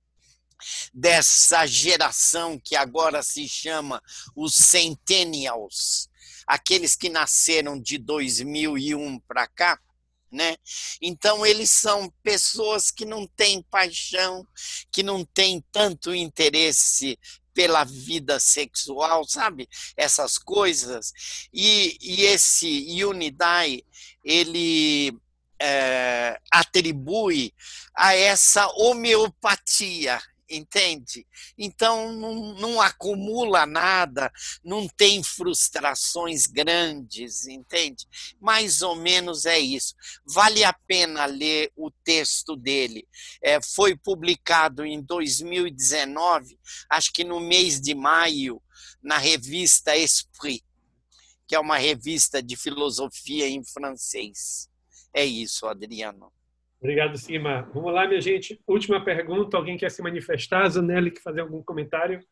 Speaker 3: dessa geração que agora se chama os Centennials, aqueles que nasceram de dois mil e um para cá, né? Então, eles são pessoas que não têm paixão, que não têm tanto interesse pela vida sexual, sabe? Essas coisas. E, e esse Juni Dai, ele é, atribui a essa homeopatia, entende? Então, não, não acumula nada, não tem frustrações grandes, entende? Mais ou menos é isso. Vale a pena ler o texto dele. É, foi publicado em dois mil e dezenove, acho que no mês de maio, na revista Esprit, que é uma revista de filosofia em francês. É isso, Adriano.
Speaker 1: Obrigado, Sigmar. Vamos lá, minha gente. Última pergunta. Alguém quer se manifestar? Zanelli, quer fazer algum comentário?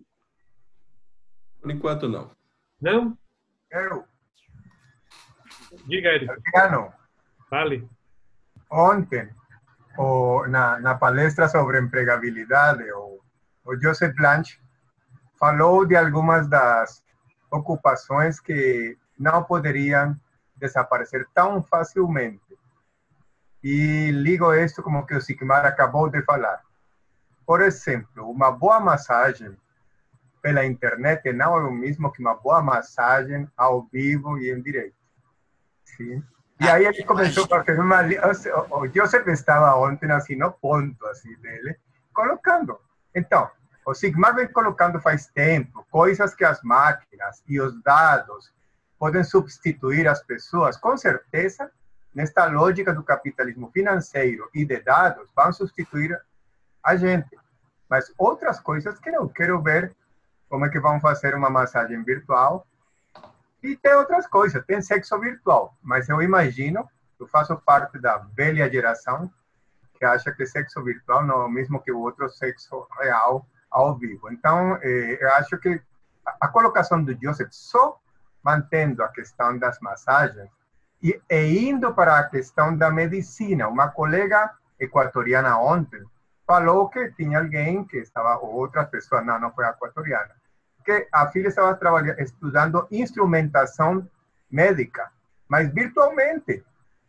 Speaker 2: Por enquanto, não.
Speaker 1: Não?
Speaker 5: Eu,
Speaker 1: Diga, Érico.
Speaker 5: Adriano,
Speaker 1: Fale.
Speaker 5: ontem, o, na, na palestra sobre empregabilidade, o, o Joseph Blanch falou de algumas das ocupações que não poderiam desaparecer tão facilmente. E ligo isso como que o Sigmar acabou de falar. Por exemplo, uma boa massagem pela internet não é o mesmo que uma boa massagem ao vivo e em direto. Sim. E aí ele começou a fazer uma... O Joseph estava ontem assim no ponto assim, dele, colocando. Então, o Sigmar vem colocando faz tempo coisas que as máquinas e os dados podem substituir as pessoas. Com certeza, nesta lógica do capitalismo financeiro e de dados, vão substituir a gente. Mas outras coisas que eu quero ver, como é que vão fazer uma massagem virtual. E tem outras coisas, tem sexo virtual. Mas eu imagino, eu faço parte da velha geração que acha que sexo virtual não é o mesmo que o outro sexo real ao vivo. Então, eh, eu acho que a, a colocação do Joseph só mantendo a questão das massagens e, e indo para a questão da medicina. Uma colega equatoriana ontem falou que tinha alguém que estava, ou outra pessoa, não, não foi equatoriana, que a filha estava trabalhando, estudando instrumentação médica, mas virtualmente.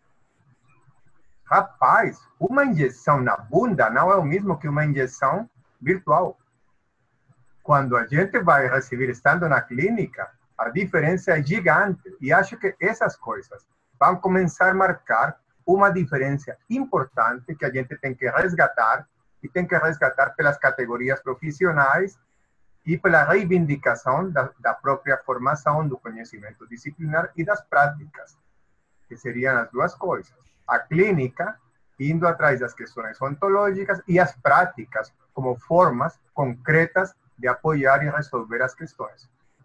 Speaker 5: Rapaz, uma injeção na bunda não é o mesmo que uma injeção virtual. Quando a gente vai receber, estando na clínica, a diferença é gigante. E acho que essas coisas vão começar a marcar uma diferença importante que a gente tem que resgatar, e tem que resgatar pelas categorias profissionais e pela reivindicação da, da própria formação, do conhecimento disciplinar e das práticas, que seriam as duas coisas. A clínica, indo atrás das questões ontológicas, e as práticas como formas concretas de apoiar e resolver as questões.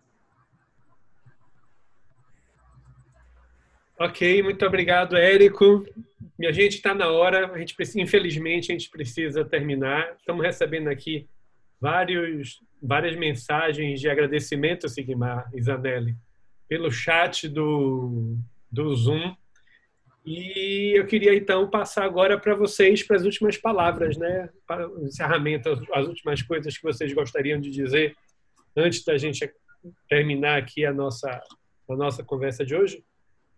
Speaker 1: Ok, muito obrigado, Érico. Minha gente, está na hora. A gente precisa, infelizmente, a gente precisa terminar. Estamos recebendo aqui vários, várias mensagens de agradecimento, Sigmar e Zanelli, pelo chat do, do Zoom. E eu queria, então, passar agora para vocês, para as últimas palavras, né? Para o encerramento, as últimas coisas que vocês gostariam de dizer antes da gente terminar aqui a nossa, a nossa conversa de hoje.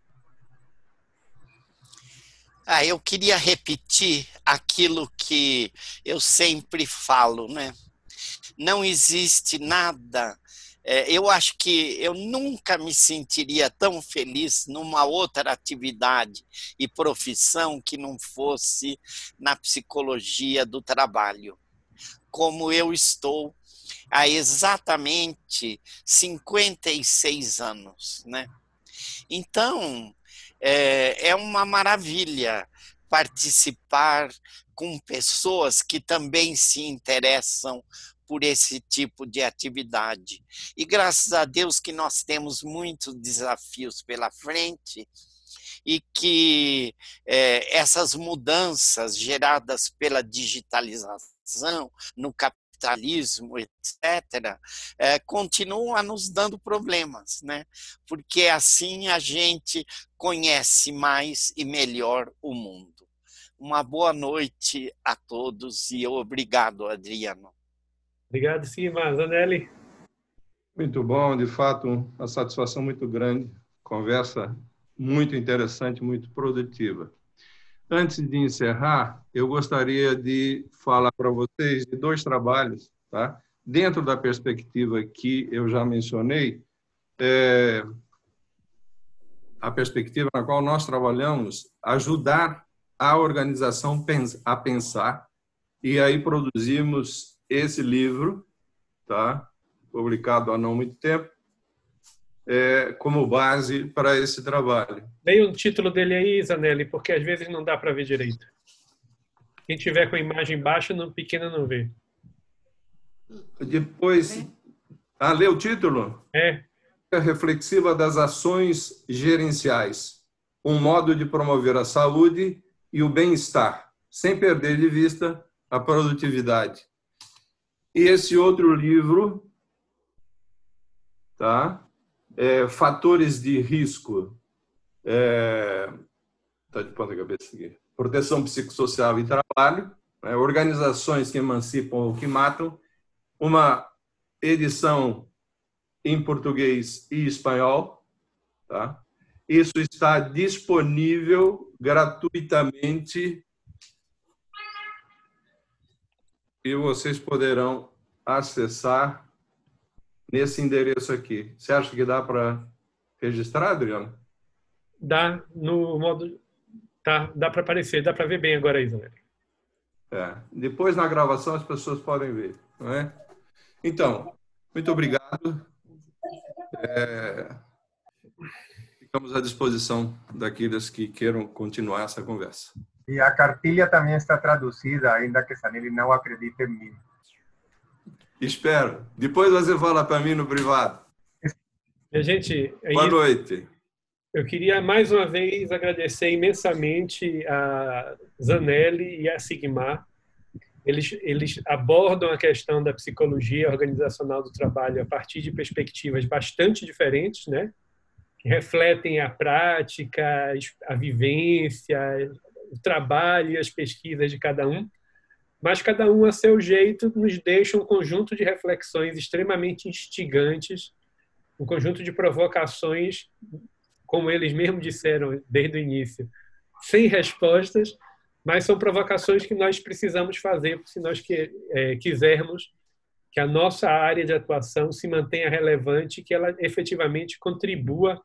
Speaker 3: Ah, eu queria repetir aquilo que eu sempre falo, né? Não existe nada. É, eu acho que eu nunca me sentiria tão feliz numa outra atividade e profissão que não fosse na psicologia do trabalho, como eu estou há exatamente cinquenta e seis anos, né? Então, é, é uma maravilha participar com pessoas que também se interessam por esse tipo de atividade. E graças a Deus que nós temos muitos desafios pela frente e que é, essas mudanças geradas pela digitalização no capitalismo, etcétera, é, continuam a nos dando problemas, né? Porque assim a gente conhece mais e melhor o mundo. Uma boa noite a todos e obrigado, Adriano.
Speaker 1: Obrigado, Sigmar. Zanelli.
Speaker 2: Muito bom, de fato, uma satisfação muito grande. Conversa muito interessante, muito produtiva. Antes de encerrar, eu gostaria de falar para vocês de dois trabalhos, tá? Dentro da perspectiva que eu já mencionei, é a perspectiva na qual nós trabalhamos, ajudar a organização a pensar, e aí produzimos esse livro, tá? Publicado há não muito tempo, é, como base para esse trabalho.
Speaker 1: Leia o título dele aí, Zanelli, porque às vezes não dá para ver direito. Quem tiver com a imagem baixa, no pequena não vê.
Speaker 2: Depois, ah, lê o título?
Speaker 1: É.
Speaker 2: Reflexiva das ações gerenciais. Um modo de promover a saúde e o bem-estar, sem perder de vista a produtividade. E esse outro livro, tá? É, Fatores de Risco, é, tá de ponta cabeça aqui. Proteção psicossocial e trabalho, né? Organizações que emancipam ou que matam, uma edição em português e espanhol, tá? Isso está disponível gratuitamente e vocês poderão acessar nesse endereço aqui. Você acha que dá para registrar, Adriano?
Speaker 1: Dá no modo... Tá, dá para aparecer, dá para ver bem agora aí, Zé.
Speaker 2: É. Depois, na gravação, as pessoas podem ver. Não é? Então, muito obrigado. É... Ficamos à disposição daqueles que queiram continuar essa conversa.
Speaker 5: E a cartilha também está traduzida, ainda que Zanelli não acredite em mim.
Speaker 2: Espero. Depois você fala para mim no privado.
Speaker 1: A gente,
Speaker 2: Boa noite.
Speaker 1: Eu queria mais uma vez agradecer imensamente a Zanelli e a Sigmar. Eles, eles abordam a questão da psicologia organizacional do trabalho a partir de perspectivas bastante diferentes, né? Que refletem a prática, a vivência, o trabalho e as pesquisas de cada um, mas cada um a seu jeito nos deixa um conjunto de reflexões extremamente instigantes, um conjunto de provocações, como eles mesmos disseram desde o início, sem respostas, mas são provocações que nós precisamos fazer se nós que, é, quisermos que a nossa área de atuação se mantenha relevante e que ela efetivamente contribua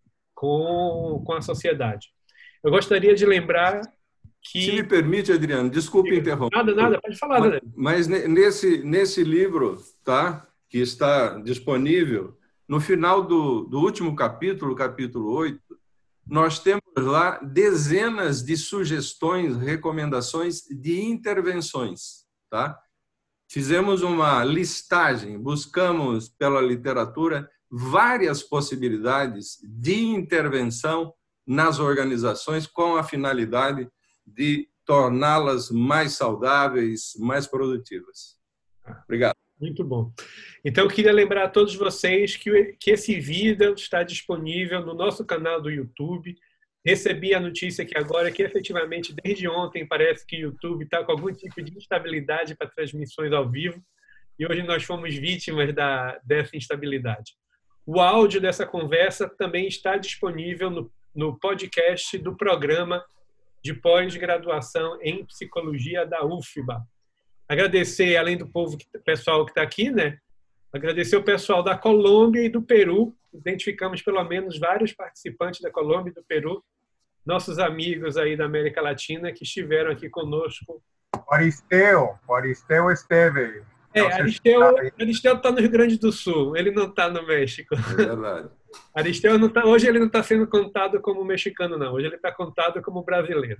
Speaker 1: com, com a sociedade. Eu gostaria de lembrar que...
Speaker 2: Se me permite, Adriano, desculpe interromper.
Speaker 1: Nada, nada, pode falar.
Speaker 2: Mas, mas nesse, nesse livro, tá, que está disponível, no final do, do último capítulo, capítulo oito, nós temos lá dezenas de sugestões, recomendações de intervenções. Tá? Fizemos uma listagem, buscamos pela literatura várias possibilidades de intervenção nas organizações com a finalidade de torná-las mais saudáveis, mais produtivas. Obrigado.
Speaker 1: Muito bom. Então, eu queria lembrar a todos vocês que, que esse vídeo está disponível no nosso canal do YouTube. Recebi a notícia aqui agora que, efetivamente, desde ontem, parece que o YouTube está com algum tipo de instabilidade para transmissões ao vivo. E hoje nós fomos vítimas da, dessa instabilidade. O áudio dessa conversa também está disponível no, no podcast do programa de pós-graduação em psicologia da U F B A. Agradecer, além do povo, pessoal que está aqui, né? Agradecer o pessoal da Colômbia e do Peru. Identificamos pelo menos vários participantes da Colômbia e do Peru, nossos amigos aí da América Latina que estiveram aqui conosco.
Speaker 5: Aristeu, Aristeu esteve.
Speaker 1: É, Aristeu Aristeu está no Rio Grande do Sul, ele não está no México.
Speaker 2: É verdade.
Speaker 1: Aristeu não tá, hoje ele não está sendo contado como mexicano, não. Hoje ele está contado como brasileiro.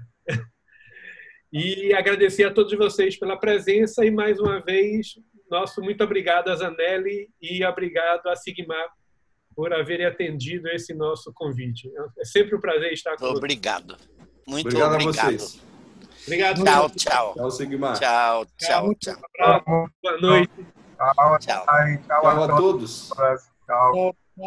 Speaker 1: E agradecer a todos vocês pela presença e, mais uma vez, nosso muito obrigado a Zanelli e obrigado a Sigmar por haverem atendido esse nosso convite. É sempre um prazer estar com vocês.
Speaker 3: Obrigado. Muito
Speaker 2: obrigado.
Speaker 3: obrigado.
Speaker 2: A vocês.
Speaker 1: Obrigado.
Speaker 3: Tchau, tchau.
Speaker 2: Tchau, Sigmar.
Speaker 3: Tchau, tchau, tchau.
Speaker 1: Boa noite.
Speaker 5: Tchau,
Speaker 3: Tchau.
Speaker 5: tchau,
Speaker 2: Tchau a todos.
Speaker 5: Tchau.